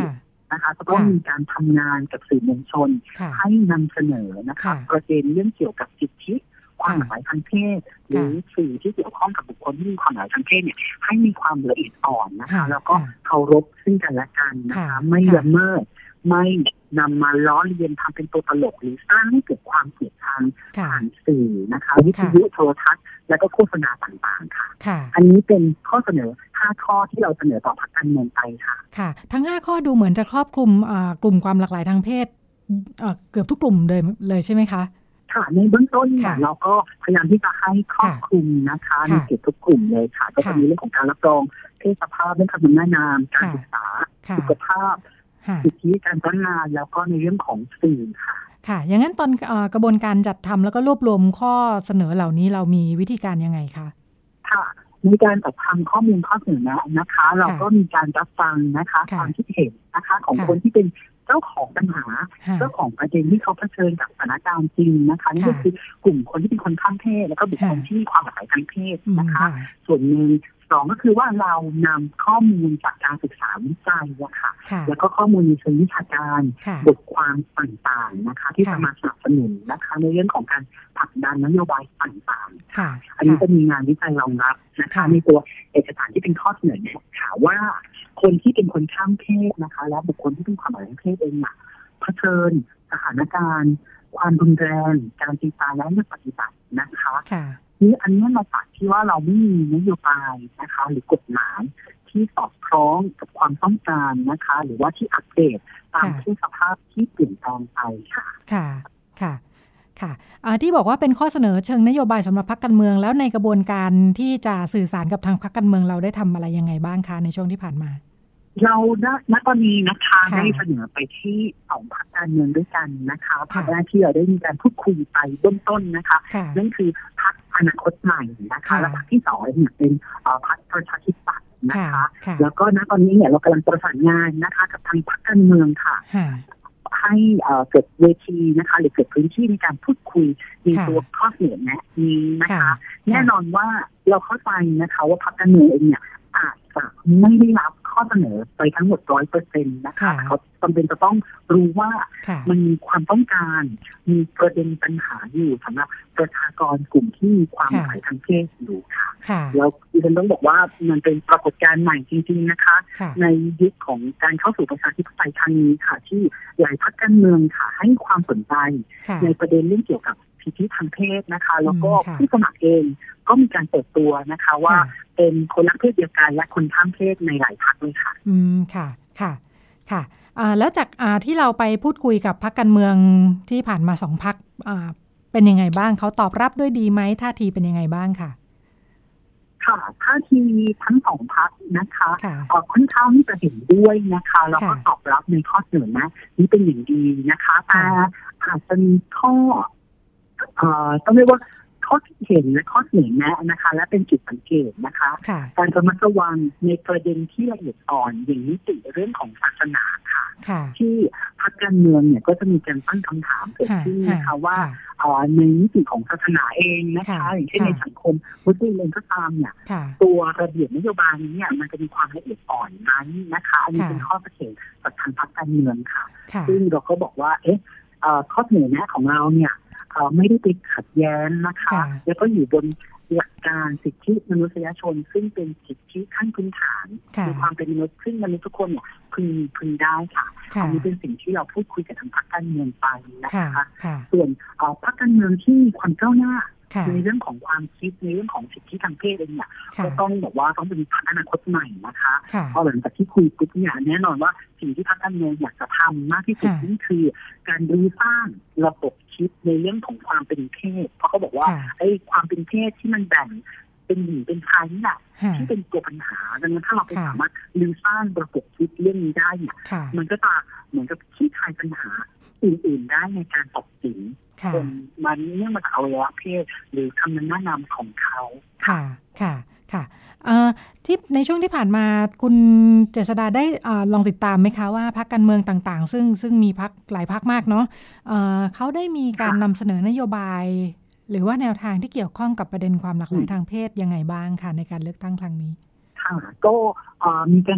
นะคะก็ต้องมีการทำงานกับสื่อมวลชนให้นำเสนอนะคะประเด็นเรื่องเกี่ยวกับสิทธิความหลากหลายทางเพศหรือสื่อที่เกี่ยวข้องกับบุคคลที่มีความหลากหลายทางเพศเนี่ยให้มีความละเอียดอ่อนนะคะแล้วก็เคารพซึ่งกันและกันนะคะไม่ละเมิดไม่นำมาล้อเลียนทำเป็นตัวตลกหรือสร้างให้เกิดความเกลียดชังผ่านสื่อนะคะวิทยุโทรทัศน์และก็โฆษณาต่างๆค่ะอันนี้เป็นข้อเสนอ5ข้อที่เราเสนอต่อพรรคการเมืองไปค่ะค่ะทั้ง5ข้อดูเหมือนจะครอบคลุมกลุ่มความหลากหลายทางเพศเกือบทุกกลุ่มเลยใช่ไหมคะค่ะในเบื้องต้นเนี่ยเราก็พยายามที่จะให้ครอบคลุมนะคะในเกือบทุกกลุ่มเลยค่ะก็จะมีเรื่องของการรับรองเพศสภาพเรื่องคำนำหน้านามการศึกษาสุขภาพสิทธิการจ้างงานแล้วก็ในเรื่องของสื่อค่ะค่ะอย่างนั้นตอนกระบวนการจัดทำแล้วก็รวบรวมข้อเสนอเหล่านี้เรามีวิธีการยังไงคะค่ะในการจัดทำข้อมูลข้อเสนอแนะนะคะเราก็มีการรับฟังนะคะความคิดเห็นนะคะของคนที่เป็นเจ้าของปัญหาเจ้าของประเด็นที่เขาเผชิญกับสถานการณ์จริงนะคะนี่ก็คือกลุ่มคนที่เป็นคนข้ามเพศแล้วก็บุคคลที่มีความหลากหลายทางเพศนะคะส่วนหนึ่ง2ก็คือว่าเรานำข้อมูลจากการศึกษาวิจัยค่ะแล้วก็ข้อมูลในเชิงวิชาการบทความต่างๆนะคะที่จะมาสนับสนุนนะคะในเรื่องของการผลักดันนโยบายต่างๆอันนี้จะมีงานวิจัยรองรับนะคะในตัวเอกสารที่เป็นข้อเสนอแนะค่ะว่าคนที่เป็นคนข้ามเพศนะคะและบุคคลที่เป็นความหลากหลายทางเพศเองเนี่ยเผชิญสถานการณ์ความรุนแรงการตีตาและเลือกปฏิบัตินะคะนี่อันนี้มาจากที่ว่าเราไม่มีนโยบายนะคะหรือกฎหมายที่สอดคล้องกับความต้องการนะคะหรือว่าที่อัปเดตตามที่สภาพที่เปลี่ยนแปลงไปค่ะค่ะค่ะค่ะที่บอกว่าเป็นข้อเสนอเชิงนโยบายสำหรับพรรคการเมืองแล้วในกระบวนการที่จะสื่อสารกับทางพรรคการเมืองเราได้ทำอะไรยังไงบ้างคะในช่วงที่ผ่านมาเราณตอนนี้นะคะได้เสนอไปที่2พรรคการเมืองด้วยกันนะคะพรรคแรกที่เราได้มีการพูดคุยไปเบื้องต้นนะคะนั่นคือพรรคอนาคตใหม่นะคะและพรรคที่2เนี่ยเป็นพรรคประชาธิปัตย์นะคะแล้วก็ณตอนนี้เนี่ยเรากำลังประสานงานนะคะกับทางพรรคการเมืองค่ะให้เกิดเวทีนะคะหรือเกิดพื้นที่ในการพูดคุยในตัวข้อเสนอแนะนี้นะคะแน่นอนว่าเราเข้าใจนะคะว่าพรรคการเมืองเองเนี่ยอาจจะไม่ได้รับข้อเสนอไปทั้งหมด 100% นะคะเขาจำเป็นจะต้องรู้ว่ามันมีความต้องการมีประเด็นปัญหาอยู่สำหรับประชากรกลุ่มที่มีความหลากหลายทางเพศอยู่ค่ะแล้วดิฉันต้องบอกว่ามันเป็นปรากฏการณ์ใหม่จริงๆนะคะในยุคของการเข้าสู่ประชาธิปไตยครั้งนี้ค่ะที่หลายพรรคการเมืองค่ะให้ความสนใจในประเด็นเรื่องเกี่ยวกับสิทธิทางเพศนะคะแล้วก็ผู้สมัครเองก็มีการเปิดตัวนะคะว่าเป็นคนรักเพศเดียวกันและคนข้ามเพศในหลายพรรคเลยค่ะค่ะค่ะค่ะแล้วจากที่เราไปพูดคุยกับพรรคการเมืองที่ผ่านมา2พรรคเป็นยังไงบ้างเขาตอบรับด้วยดีไหมท่าทีเป็นยังไงบ้างค่ะค่ะท่าทีทั้ง2พรรคนะคะค่อนข้างที่จะเห็นด้วยนะคะแล้วก็ตอบรับในข้อเสนอแนะนี้เป็นอย่างดีนะคะแต่อาจจะมีข้อต้องเรียกว่าข้อเห็นและข้อเสนอแนะนะคะและเป็นจุดสังเกตนะคะการระมัดระวังในประเด็นที่ละเอียดอ่อนอย่างนิติเรื่องของศาสนาค่ะที่พรรคการเมืองเนี่ยก็จะมีการตั้งคำถามเกิดขึ้นนะคะว่าในนิติของศาสนาเองนะคะอย่างเช่นในสังคมมุสลิมเองก็ตามเนี่ยตัวระเบียบนโยบายนี้เนี่ยมันจะมีความละเอียดอ่อนนั้นนะคะอันนี้เป็นข้อสังเกตจากทางพรรคการเมืองค่ะซึ่งเราก็บอกว่าข้อเสนอแนะของเราเนี่ยไม่ได้ไปขัดแย้งนะคะแล้วก็อยู่บนหลักการสิทธิมนุษยชนซึ่งเป็นสิทธิขั้นพื้นฐานในความเป็นมนุษย์ซึ่งมนุษย์ทุกคนเนี่ยพึงได้ค่ะอันนี้เป็นสิ่งที่เราพูดคุยกับทางพรรคการเมืองไปนะคะส่วนพรรคการเมืองที่มีความก้าวหน้าในเรื่องของความคิดในเรื่องของสิทธิทางเพศเองเนี่ยก็ต้องบอกว่าต้องเป็นพรรคอนาคตใหม่นะคะเพราะหลังจากที่คุยปุ๊บเนี่ยแน่นอนว่าสิ่งที่พรรคการเมืองอยากจะทำมากที่สุดนั่นคือการรื้อสร้างระบบคิดในเรื่องของความเป็นเพศเพราะเขาบอกว่าไอ้ความเป็นเพศที่มันแบ่งเป็นหญิงเป็นชายนี่แหละที่เป็นตัวปัญหาดังนั้นถ้าเราไปสามารถรื้อสร้างระบบคิดเรื่องนี้ได้เนี่ยมันก็จะเหมือนกับที่คลายปัญหาอื่นๆได้ในการตัดสินคนมันเนื่องมาจากอวัยวะเพศหรือคำนำหน้านามของเขาค่ะค่ะค่ะที่ในช่วงที่ผ่านมาคุณเจษฎาได้ลองติดตามไหมคะว่าพรรคการเมืองต่างๆซึ่งมีพรรคหลายพรรคมากเนาะเขาได้มีการนำเสนอนโยบายหรือว่าแนวทางที่เกี่ยวข้องกับประเด็นความหลากหลายทางเพศยังไงบ้างค่ะในการเลือกตั้งครั้งนี้ค่ะก็มีการ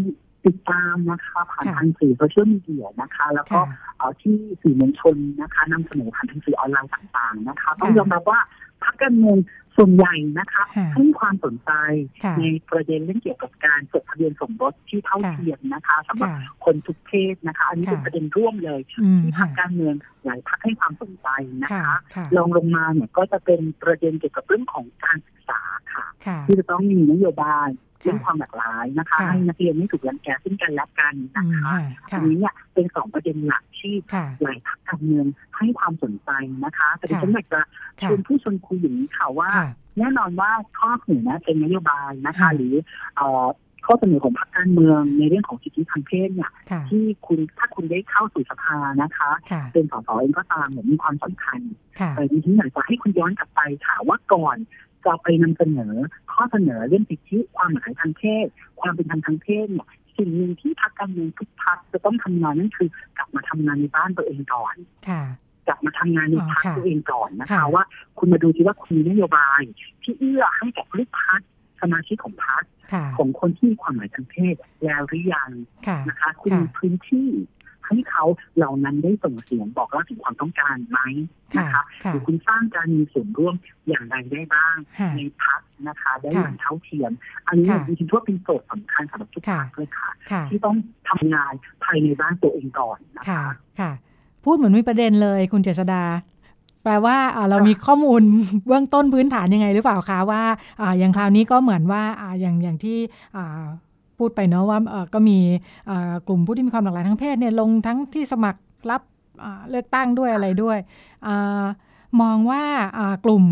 ติดตามนะคะผ่านทางสื่อโซเชียลมีเดียนะคะแล้วก็ที่สื่อมวลชนนะคะนำเสนอผ่านทางสื่อออนไลน์ต่างๆนะคะต้องยอมรับว่าพรรคการเมืองส่วนใหญ่นะคะให้ความสนใจในประเด็นเรื่องเกี่ยวกับการจดทะเบียนสมรสที่เท่าเทียมนะคะสำหรับคนทุกเพศนะคะอันนี้เป็นประเด็นร่วมเลยที่พรรคการเมืองหลายพรรคให้ความสนใจนะคะลองลงมาเนี่ยก็จะเป็นประเด็นเกี่ยวกับเรื่องของการศึกษาค่ะที่จะต้องมีนโยบายเรื่องความหลากหลายนะคะให้นักเรียนไม่ถูกรังแกซึ่งกันและกันนะคะอันนี้เนี่ยเป็น2ประเด็นหลักที่หลายพรรคการเมืองให้ความสนใจนะคะแต่ดิฉันอยากจะชวนผู้ชมคุยอย่างนี้ค่ะว่าแน่นอนว่าข้อเสนอเป็นนโยบายนะคะหรือข้อเสนอของพรรคการเมืองในเรื่องของสิทธิทางเพศเนี่ยที่คุณถ้าคุณได้เข้าสู่สภานะคะเป็นส.ส.เองก็ตามเนี่ยมีความสำคัญแต่ดิฉันอยากจะให้คุณย้อนกลับไปถามว่าก่อนจะไปนำเสนอข้อเสนอเรื่องสิทธิความหมายทางเพศความเป็นธรรมทางเพศเนี่ยสิ่งหนึ่งที่พรรคการเมืองทุกพรรคจะต้องทำงานนั่นคือกลับมาทำงานในบ้านตัวเองก่อนกลับมาทำงานในพรรคตัวเองก่อนนะคะว่าคุณมาดูที่ว่าคุณมีนโยบายที่เอื้อให้กับลูกพรรคสมาชิกของพรรคของคนที่มีความหมายทางเพศแล้วหรือยังนะคะคุณมีพื้นที่ให้เขาเหล่านั้นได้ส่งเสียงบอกเล่าถึงความต้องการไหมนะคะหรือคุณสร้างการมีส่วนร่วมอย่างไรได้บ้างในพรรคนะคะได้อย่างเท่าเทียมอันนี้จริงๆว่าเป็นโจทย์สำคัญสำหรับทุกพรรคเลยค่ะที่ต้องทำงานภายในบ้านตัวเองก่อนนะคะพูดเหมือนมีประเด็นเลยคุณเจษฎาแปลว่าเรามีข้อมูลเบื้องต้นพื้นฐานยังไงหรือเปล่าคะว่าอย่างคราวนี้ก็เหมือนว่าอย่างที่พูดไปเนาะว่าก็มีกลุ่มผู้ที่มีความหลากหลายทางเพศเนี่ยลงทั้งที่สมัครรับเลือกตั้งด้วยอะไรด้วยมองว่ากลุ่ม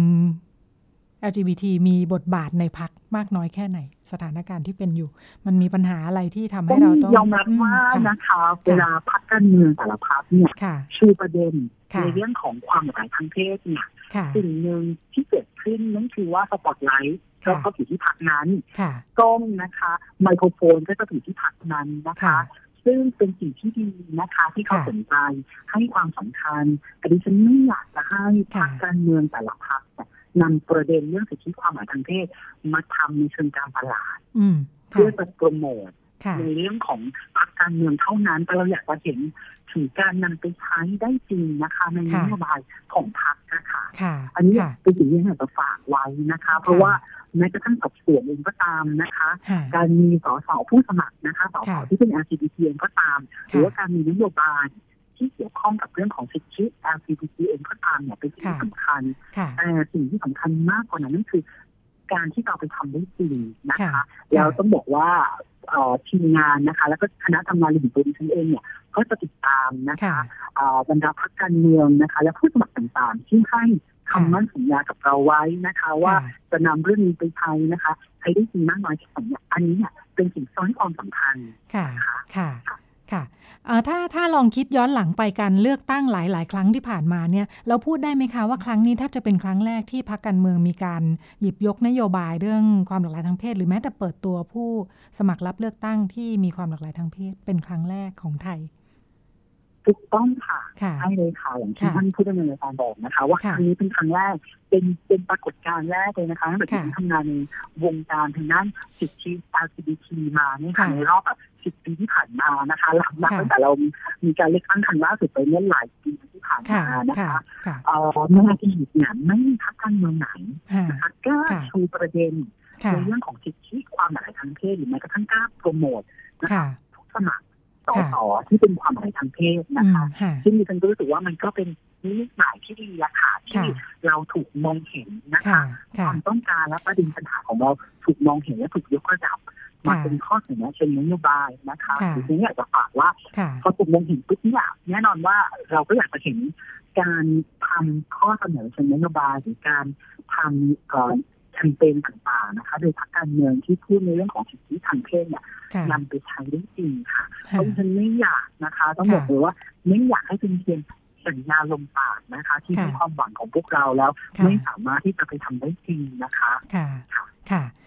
LGBT มีบทบาทในพรรคมากน้อยแค่ไหนสถานการณ์ที่เป็นอยู่มันมีปัญหาอะไรที่ทำให้เราต้องยอมรับว่านะคะเวลาพรรคการเมืองแต่ละพรรคเนี่ยชูประเด็นในเรื่องของความหลากหลายทางเพศเนี่ยสิ่งหนึ่งที่เกิดขึ้นนั่นคือว่าสปอตไลท์ก็อยู่ที่พรรคนั้นกล้องนะคะไมโครโฟนก็จะอยู่ที่พรรคนั้นนะคะซึ่งเป็นสิ่งที่ดีนะคะที่เขาสนใจให้ความสำคัญแต่ดิฉันไม่อยากจะให้พรรคการเมืองแต่ละพรรคนำประเด็นเรื่องสิทธิความหมายทางเพศมาทำในเชิงการตลาดเพื่อจะโปรโมทในเรื่องของพรรคการเมืองเท่านั้นแต่เราอยากจะเห็นถึงการนำไปใช้ได้จริงนะคะในนโยบายของพรรคนะคะอันนี้เป็นสิ่งที่อยากจะฝากไว้นะคะเพราะว่าแม้กระทั่งสอบสวนเองก็ตามนะคะการมีส.ส.ผู้สมัครนะคะส.ส.ที่เป็น LGBT เองก็ตามหรือว่าการมีนโยบายที่เกี่ยวข้องกับเรื่องของสิทธิ LGBT เองก็ตามเนี่ยเป็นสิ่งที่สำคัญแต่สิ่งที่สำคัญมากกว่านั้นนั่นคือการที่เราไปทำได้จริงนะคะแล้วต้องบอกว่าทีมงานนะคะแล้วก็คณะทำงานหรือตัวดิฉันเองเนี่ยก็จะติดตามนะคะบรรดาพรรคการเมืองนะคะและผู้สมัครต่างๆที่ให้คำมั่นสัญญากับเราไว้นะคะว่าจะนำเรื่องนี้ไปใช้นะคะใช้ได้จริงมากน้อยแค่ไหนอันนี้เนี่ยเป็นสิ่งซ้อนความสำคัญค่ะถ้าลองคิดย้อนหลังไปการเลือกตั้งหลายๆครั้งที่ผ่านมาเนี่ยเราพูดได้ไหมคะว่าครั้งนี้แทบจะเป็นครั้งแรกที่พรรคการเมืองมีการหยิบยกนโยบายเรื่องความหลากหลายทางเพศหรือแม้แต่เปิดตัวผู้สมัครรับเลือกตั้งที่มีความหลากหลายทางเพศเป็นครั้งแรกของไทยถูกต้องค่ะใช่เลยค่ะอย่างที่ท่านผู้ดำเนินรายการบอกนะคะว่าครั้งนี้เป็นครั้งแรกเป็นปรากฏการณ์แรกเลยนะคะตั้งแต่ที่ทำงานในวงการทางด้านสิทธิ LGBT มาเนี่ยค่ะในรอบ10 ปีที่ผ่านมานะคะหลังจากตั้งแต่เรามีการเลือกตั้งครั้งล่าสุดไปเมื่อหลายปีที่ผ่านมานะคะเมื่ออดีตเนี่ยไม่มีพรรคการเมืองไหนนะคะกล้าชูประเด็นในเรื่องของสิทธิความหลากหลายทางเพศหรือแม้กระทั่งกล้าโปรโมทนะคะทุกสมัครต่อที่เป็นความหมายทางเพศนะคะซึ่งดิฉันรู้สึกว่ามันก็เป็นนิสัยหมายที่ดีอะค่ะที่เราถูกมองเห็นนะคะความต้องการและประเด็นปัญหาของเราถูกมองเห็นและถูกยกระดับมาเป็นข้อเสนอเชิงนโยบายนะคะดิฉันอยากจะฝากว่าพอถูกมองเห็นปุ๊บเนี่ยแน่นอนว่าเราก็อยากจะเห็นการทำข้อเสนอเชิงนโยบายหรือการทำแคมเปญต่างๆนะคะโดยพรรคการเมืองที่พูดในเรื่องของสิทธิทางเพศเนี่ยนำไปใช้ได้จริงค่ะเพราะฉันไม่อยากนะคะต้องบอกเลยว่าไม่อยากให้เป็นเพียงสัญญาลมปากนะคะที่มีความหวังของพวกเราแล้วไม่สามารถที่จะไปทำได้จริงนะคะค่ะ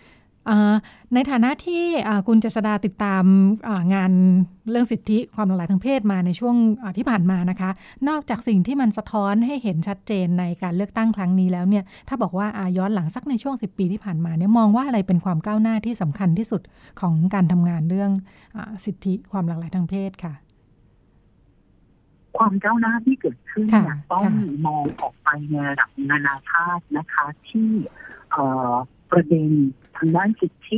ในฐานะที่คุณเจษฎาติดตามงานเรื่องสิทธิความหลากหลายทางเพศมาในช่วงที่ผ่านมานะคะนอกจากสิ่งที่มันสะท้อนให้เห็นชัดเจนในการเลือกตั้งครั้งนี้แล้วเนี่ยถ้าบอกว่าย้อนหลังสักในช่วง10 ปีที่ผ่านมาเนี่ยมองว่าอะไรเป็นความก้าวหน้าที่สำคัญที่สุดของการทำงานเรื่องสิทธิความหลากหลายทางเพศค่ะความก้าวหน้าที่เกิดขึ้นต้องมองออกไปในระดับนานาชาตินะคะที่ประเด็นทางด้านสิทธิ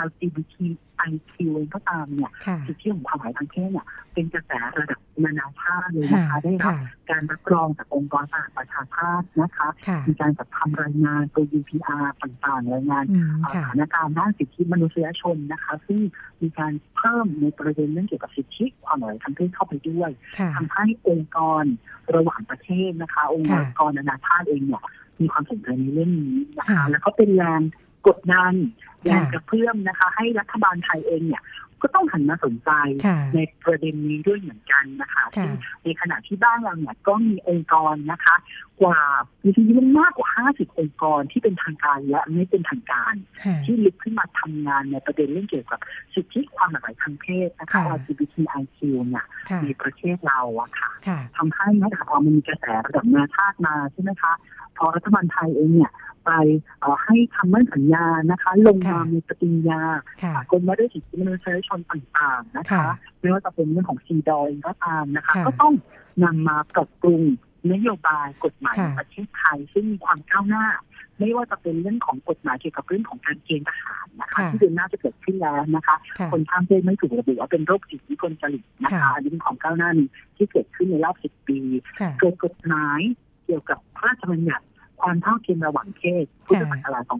LGBTIQ ก็ตามเนี่ยสิทธิของความหลากหลายทางเพศเนี่ยเป็นกระแสระดับนานาชาติเลยนะคะได้รับการรับรองจากองค์กรสหประชาชาตินะคะมีการจัดทำรายงานตัว UPR ต่างๆรายงานสถานการณ์ด้านสิทธิมนุษยชนนะคะซึ่งมีการเพิ่มในประเด็นเรื่องเกี่ยวกับสิทธิความหลากหลายทางเพศเข้าไปด้วยทำให้องค์กรระหว่างประเทศนะคะองค์กรนานาชาติเองเนี่ยมีความสนใจในเรื่องนี้นะคะแล้วก็เป็นแรงกดดันแรงกระเพื่อมนะคะให้รัฐบาลไทยเองเนี่ยก็ต้องหันมาสนใจในประเด็นนี้ด้วยเหมือนกันนะคะในขณะที่บ้านเราเนี่ยก็มีองค์กรนะคะกว่าจริงๆมันมากกว่า50องค์กรที่เป็นทางการและไม่เป็นทางการที่ลุกขึ้นมาทำงานในประเด็นเรื่องเกี่ยวกับสิทธิความหลากหลายทางเพศนะคะ LGBTIQ เนี่ยในประเทศเราอะค่ะทำให้นะคะพอมันมีกระแสระดับนานาชาติมาใช่ไหมคะพอรัฐบาลไทยเองเนี่ยไปให้คำมั่นสัญญานะคะลงนามในปฏิญญาสากลว่าด้วยสิทธิมนุษยชนต่างๆนะคะไม่ว่าจะเป็นเรื่องของCEDAWเองก็ตามนะคะก็ต้องนำมาปรับปรุงนโยบายกฎหมายในประเทศไทยซึ่งมีความก้าวหน้าไม่ว่าจะเป็นเรื่องของกฎหมายเกี่ยวกับเรื่องของการเกณฑ์ทหารนะคะที่เดือนหน้าจะเกิดขึ้นแล้วนะคะคนข้ามเพศไม่ถูกระบุว่าเป็นโรคจิตวิกลจริตนะคะอันนี้เป็นของก้าวหน้านี้ที่เกิดขึ้นในรอบ10 ปีเกิดกฎหมายเกี่ยวกับพระราชบัญญัติความเท่าเทียมระหว่างเพศพุทธศักราช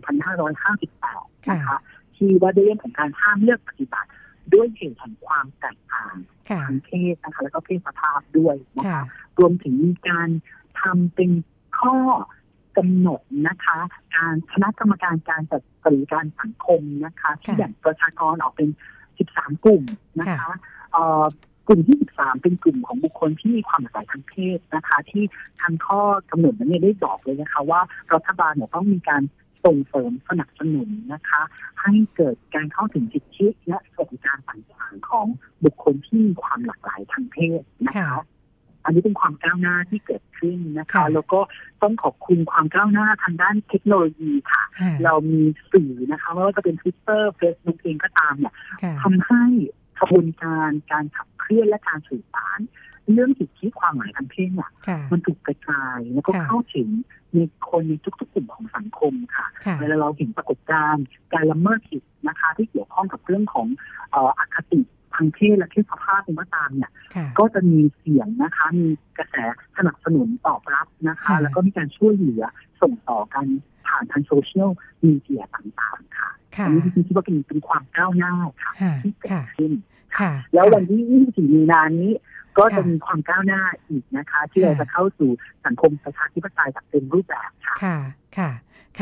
2558 นะคะที่ว่าด้วยเรื่องของการห้ามเลือกปฏิบัติด้วยเหตุแห่งความแตกต่างทางเพศนะคะแล้วก็เพศสภาพด้วยนะคะรวมถึงมีการทำเป็นข้อกำหนดนะคะการคณะกรรมการการจัดบริการสังคมนะคะที่แบ่งประชากรออกเป็น13 กลุ่มนะคะกลุ่มที่13เป็นกลุ่มของบุคคลที่มีความหลากหลายทางเพศนะคะที่ทางข้อกำหนดนั้นได้บอกเลยนะคะว่ารัฐบาลเนี่ยต้องมีการส่งเสริมสนับสนุนนะคะให้เกิดการเข้าถึงสิทธิและสวัสดิการต่างๆของบุคคลที่มีความหลากหลายทางเพศนะคะอันนี้เป็นความก้าวหน้าที่เกิดขึ้นนะคะแล้วก็ต้องขอบคุณความก้าวหน้าทางด้านเทคโนโลยีค่ะเรามีสื่อนะคะไม่ว่าจะเป็น Twitter Facebook เองก็ตามเนี่ยทำให้กระบวนการขับเคลื่อนและการสื่อสารเรื่องสิทธิความหมายทางเพศเนี่ยมันถูกกระจายแล้วก็เข้าถึงในคนในทุกๆกลุ่มของสังคมค่ะเวลาเราเห็นปรากฏการณ์การละเมิดสิทธินะคะที่เกี่ยวข้องกับเรื่องของอคติทางเพศและเพศสภาพก็ตามเนี่ยก็จะมีเสียงนะคะมีกระแสสนับสนุนตอบรับนะคะแล้วก็มีการช่วยเหลือส่งต่อกันผ่านทางโซเชียลมีเดียต่างๆค่ะอันนี้จริงๆคิดว่าเป็นความก้าวหน้าค่ะที่เกิดขึ้นแล้ววันที่24 มีนานี้ก็จะมีความก้าวหน้าอีกนะคะที่เราจะเข้าสู่สังคมประชาธิปไตยแบบเต็มรูปแบบค่ะค่ะ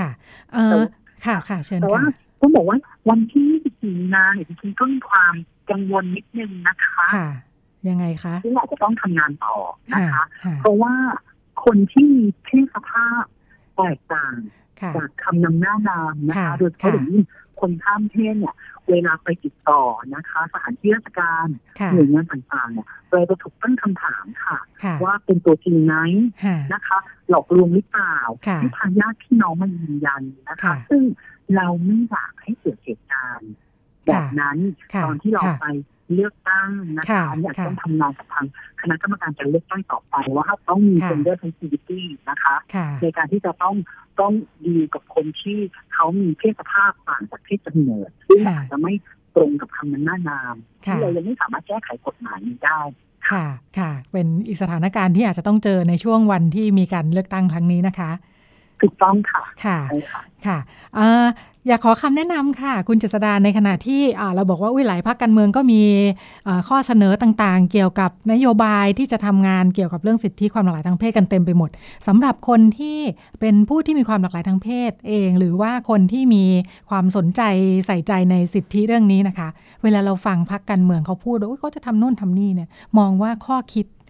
เชิญค่ะแต่ว่าต้องบอกว่าวันที่24 มีนาเนี่ยจริงๆก็มีความกังวลนิดนึงนะคะยังไงคะที่เราจะต้องทำงานต่อนะคะเพราะว่าคนที่มีเพศสภาพแตกต่างจากคำนำหน้านามนะคะโดยเฉพาะอย่างยิ่งคนข้ามเพศเนี่ยเวลาไปติดต่อนะคะสถานที่ราชการหน่วยงานต่างๆเนี่ยเราจะถูกตั้งคำถามค่ะว่าเป็นตัวจริงไหมนะคะหลอกลวงหรือเปล่าที่ทางญาติพี่น้องมายืนยันนะคะซึ่งเราไม่อยากให้เกิดเหตุการณ์แบบนั้นตอนที่เราไปเลือกตั้งนะคะอยากต้องทำงานกับทางคณะกรรมการการเลือกตั้งต่อไปว่าต้องมี gender sensitivity นะคะในการที่จะต้องดีกับคนที่เขามีเพศสภาพต่างจากเพศกำเนิดซึ่งอาจจะไม่ตรงกับคำนั้นหน้านามที่เรายังไม่สามารถแก้ไขกฎหมายนี้ได้ค่ะเป็นอีกสถานการณ์ที่อาจจะต้องเจอในช่วงวันที่มีการเลือกตั้งครั้งนี้นะคะถูกต้องค่ะค่ะอยากขอคำแนะนำค่ะคุณเจษฎาในขณะที่เราบอกว่าหลายพรรคการเมืองก็มีข้อเสนอต่างๆเกี่ยวกับนโยบายที่จะทำงานเกี่ยวกับเรื่องสิทธิความหลากหลายทางเพศกันเต็มไปหมดสำหรับคนที่เป็นผู้ที่มีความหลากหลายทางเพศเองหรือว่าคนที่มีความสนใจใส่ใจในสิทธิเรื่องนี้นะคะเวลาเราฟังพรรคการเมืองเขาพูดว่าเขาจะทำโน่นทำนี่เนี่ยมองว่าข้อคิด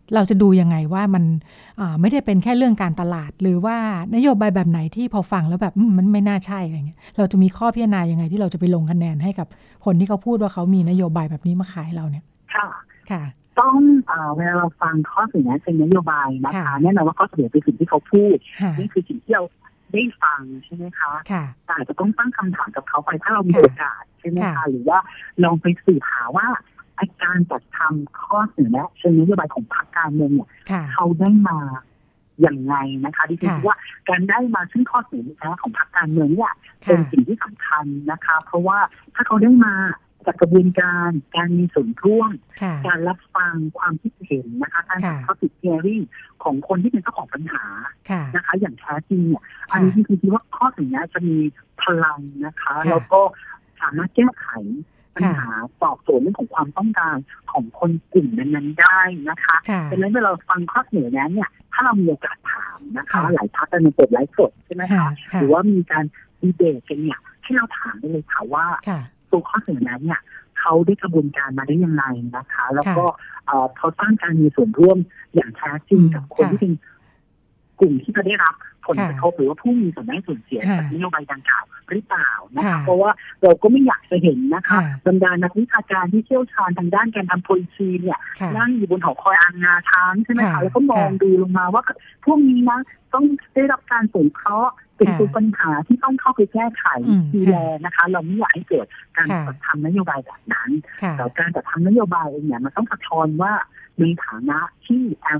เราจะดูยังไงว่ามันไม่ได้เป็นแค่เรื่องการตลาดหรือว่านโยบายแบบไหนที่พอฟังแล้วแบบมันไม่น่าใช่อะไรเงี้ยเราจะมีข้อพิจารณายังไงที่เราจะไปลงคะแนนให้กับคนที่เขาพูดว่าเขามีนโยบายแบบนี้มาขายเราเนี่ยค่ะต้องเวลาเราฟังข้อเสนอเป็นนโยบายนะคะแน่นอนว่าข้อเสนอเป็นสิ่งที่เขาพูดนี่คือสิ่งที่เราได้ฟังใช่ไหมคะแต่จะต้องตั้งคำถามกับเขาไปถ้าเรามีโอกาสใช่ไหมคะหรือว่าลองไปสืบหาว่าการจัดทำข้อเสนอเชิงนโยบายของพรรคการเมืองเนี่ยเขาได้มาอย่างไงนะคะดิฉันคิดว่าการได้มาซึ่งข้อเสนอของพรรคการเมืองเนี่ยเป็นสิ่งที่สำคัญนะคะเพราะว่าถ้าเขาได้มาจากกระบวนการมีส่วนร่วมการรับฟังความคิดเห็นนะคะการทำข้อติดเทอรี่ของคนที่เป็นเจ้าของปัญหานะคะอย่างแท้จริงเนี่ยอันนี้คือคิดว่าข้อเสนอจะมีพลังนะคะแล้วก็สามารถแก้ไขปัญหาตอบโจทย์เรื่องของความต้องการของคนกลุ่มนั้นๆได้นะคะดังนั้นเวลาฟังข้อเสนอนั้นเนี่ยถ้าเรามีโอกาสถามนะคะหลายพรรคจะเปิดไลฟ์สดใช่ไหมคะหรือว่ามีการดีเบตกันเนี่ยให้เราถามได้เลยค่ะว่าตัวข้อเสนอนั้นเนี่ยเขาได้กระบวนการมาได้ยังไงนะคะแล้วก็เขาสร้างการมีส่วนร่วมอย่างแท้จริงกับคนที่เป็นกลุ่มที่จะได้รับผลกระทบหรือว่าผู้มีส่วนได้ส่วนเสียจากนโยบายดังกล่าวหรือเปล่านะคะเพราะว่าเราก็ไม่อยากจะเห็นนะคะบรรดานักวิชาการที่เชี่ยวชาญทางด้านการทำ policy เนี่ยนั่งอยู่บนหอคอยอ่านงาช้างใช่ไหมคะแล้วก็มองดูลงมาว่าพวกนี้นะต้องได้รับการสงเคราะห์เป็นตัวปัญหาที่ต้องเข้าไปแก้ไขดูแลนะคะเราไม่อยากให้เกิดการจัดทำนโยบายแบบนั้นแต่การจัดทำนโยบายเองเนี่ยมันต้องสะท้อนว่าในฐานะที่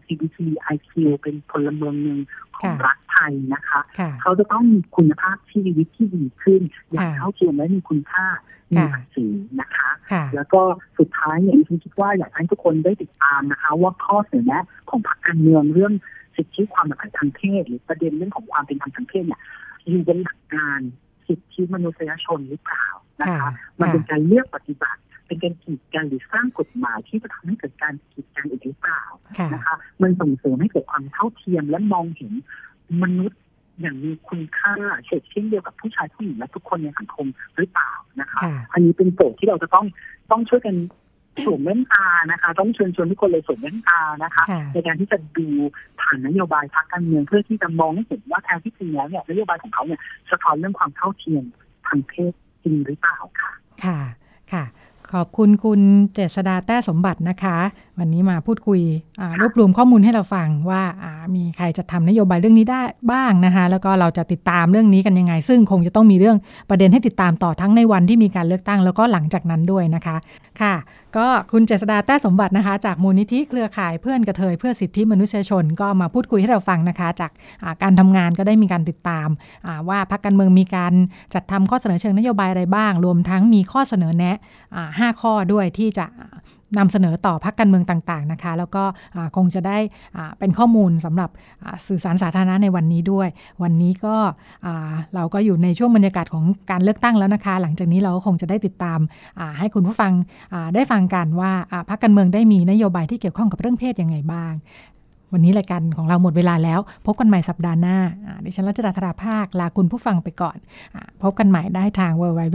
LGBTIQ เป็นพลเมืองหนึ่งของรัฐไทยนะคะเขาจะต้องมีคุณภาพชีวิตที่ดีขึ้นอย่างเท่าเทียมและมีคุณค่ามีศักดิ์ศรีนะคะแล้วก็สุดท้ายเนี่ยฉันคิดว่าอยากให้ทุกคนได้ติดตามนะคะว่าข้อเสนอของพรรคการเมืองเรื่องสิทธิความหลากหลายทางเพศหรือประเด็นเรื่องของความเป็นธรรมทางเพศเนี่ยอยู่บนหลักการสิทธิมนุษยชนหรือเปล่านะคะมันเป็นการเลือกปฏิบัติเป็นการกีดกันหรือสร้างกฎหมายที่จะทำให้เกิดการกีดกันอีกหรือเปล่านะคะมันส่งเสริมให้เกิดความเท่าเทียมและมองเห็นมนุษย์อย่างมีคุณค่าเช่นเดียวกับผู้ชายผู้หญิงและทุกคนในสังคมหรือเปล่านะคะอันนี้เป็นโจทย์ที่เราจะต้องช่วยกันสวมแว่นตานะคะต้องเชิญชวนทุกคนเลยสวมแว่นตานะคะในการที่จะดูผ่านนโยบายพรรคการเมืองเพื่อที่จะมองให้เห็นว่าแท้ที่จริงแล้วเนี่ยนโยบายของเขาเนี่ยสะท้อนเรื่องความเท่าเทียมทางเพศจริงหรือเปล่าค่ะค่ะขอบคุณคุณเจษฎาแต้สมบัตินะคะวันนี้มาพูดคุยรวบรวมข้อมูลให้เราฟังว่ามีใครจะทำนโยบายเรื่องนี้ได้บ้างนะคะแล้วก็เราจะติดตามเรื่องนี้กันยังไงซึ่งคงจะต้องมีเรื่องประเด็นให้ติดตามต่อทั้งในวันที่มีการเลือกตั้งแล้วก็หลังจากนั้นด้วยนะคะค่ะก็คุณเจษฎาแต้สมบัตินะคะจากมูลนิธิเครือข่ายเพื่อนกระเทยเพื่อสิทธิมนุษยชนก็มาพูดคุยให้เราฟังนะคะจากการทำงานก็ได้มีการติดตามว่าพรรคการเมืองมีการจัดทำข้อเสนอเชิงนโยบายอะไรบ้างรวมทั้งมีข้อเสนอแนะ5 ข้อด้วยที่จะนำเสนอต่อพรรคการเมืองต่างๆนะคะแล้วก็คงจะได้เป็นข้อมูลสำหรับสื่อสารสาธารณะในวันนี้ด้วยวันนี้ก็เราก็อยู่ในช่วงบรรยากาศของการเลือกตั้งแล้วนะคะหลังจากนี้เราก็คงจะได้ติดตามให้คุณผู้ฟังได้ฟังกันว่าพรรคการเมืองได้มีนโยบายที่เกี่ยวข้องกับเรื่องเพศยังไงบ้างวันนี้รายการของเราหมดเวลาแล้วพบกันใหม่สัปดาห์หน้าดิฉันรัชดาธราภาคลาคุณผู้ฟังไปก่อนพบกันใหม่ได้ทาง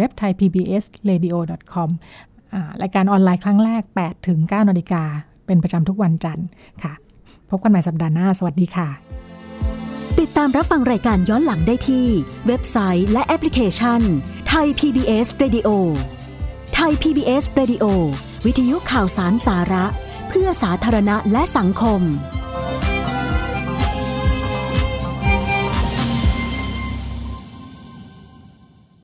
www.thaipbsradio.com รายการออนไลน์ครั้งแรก 8 ถึง 9 นาฬิกาเป็นประจำทุกวันจันทร์ค่ะพบกันใหม่สัปดาห์หน้าสวัสดีค่ะติดตามรับฟังรายการย้อนหลังได้ที่เว็บไซต์และแอปพลิเคชัน Thai PBS Radio Thai PBS Radio วิทยุข่าวสารสาระเพื่อสาธารณะและสังคม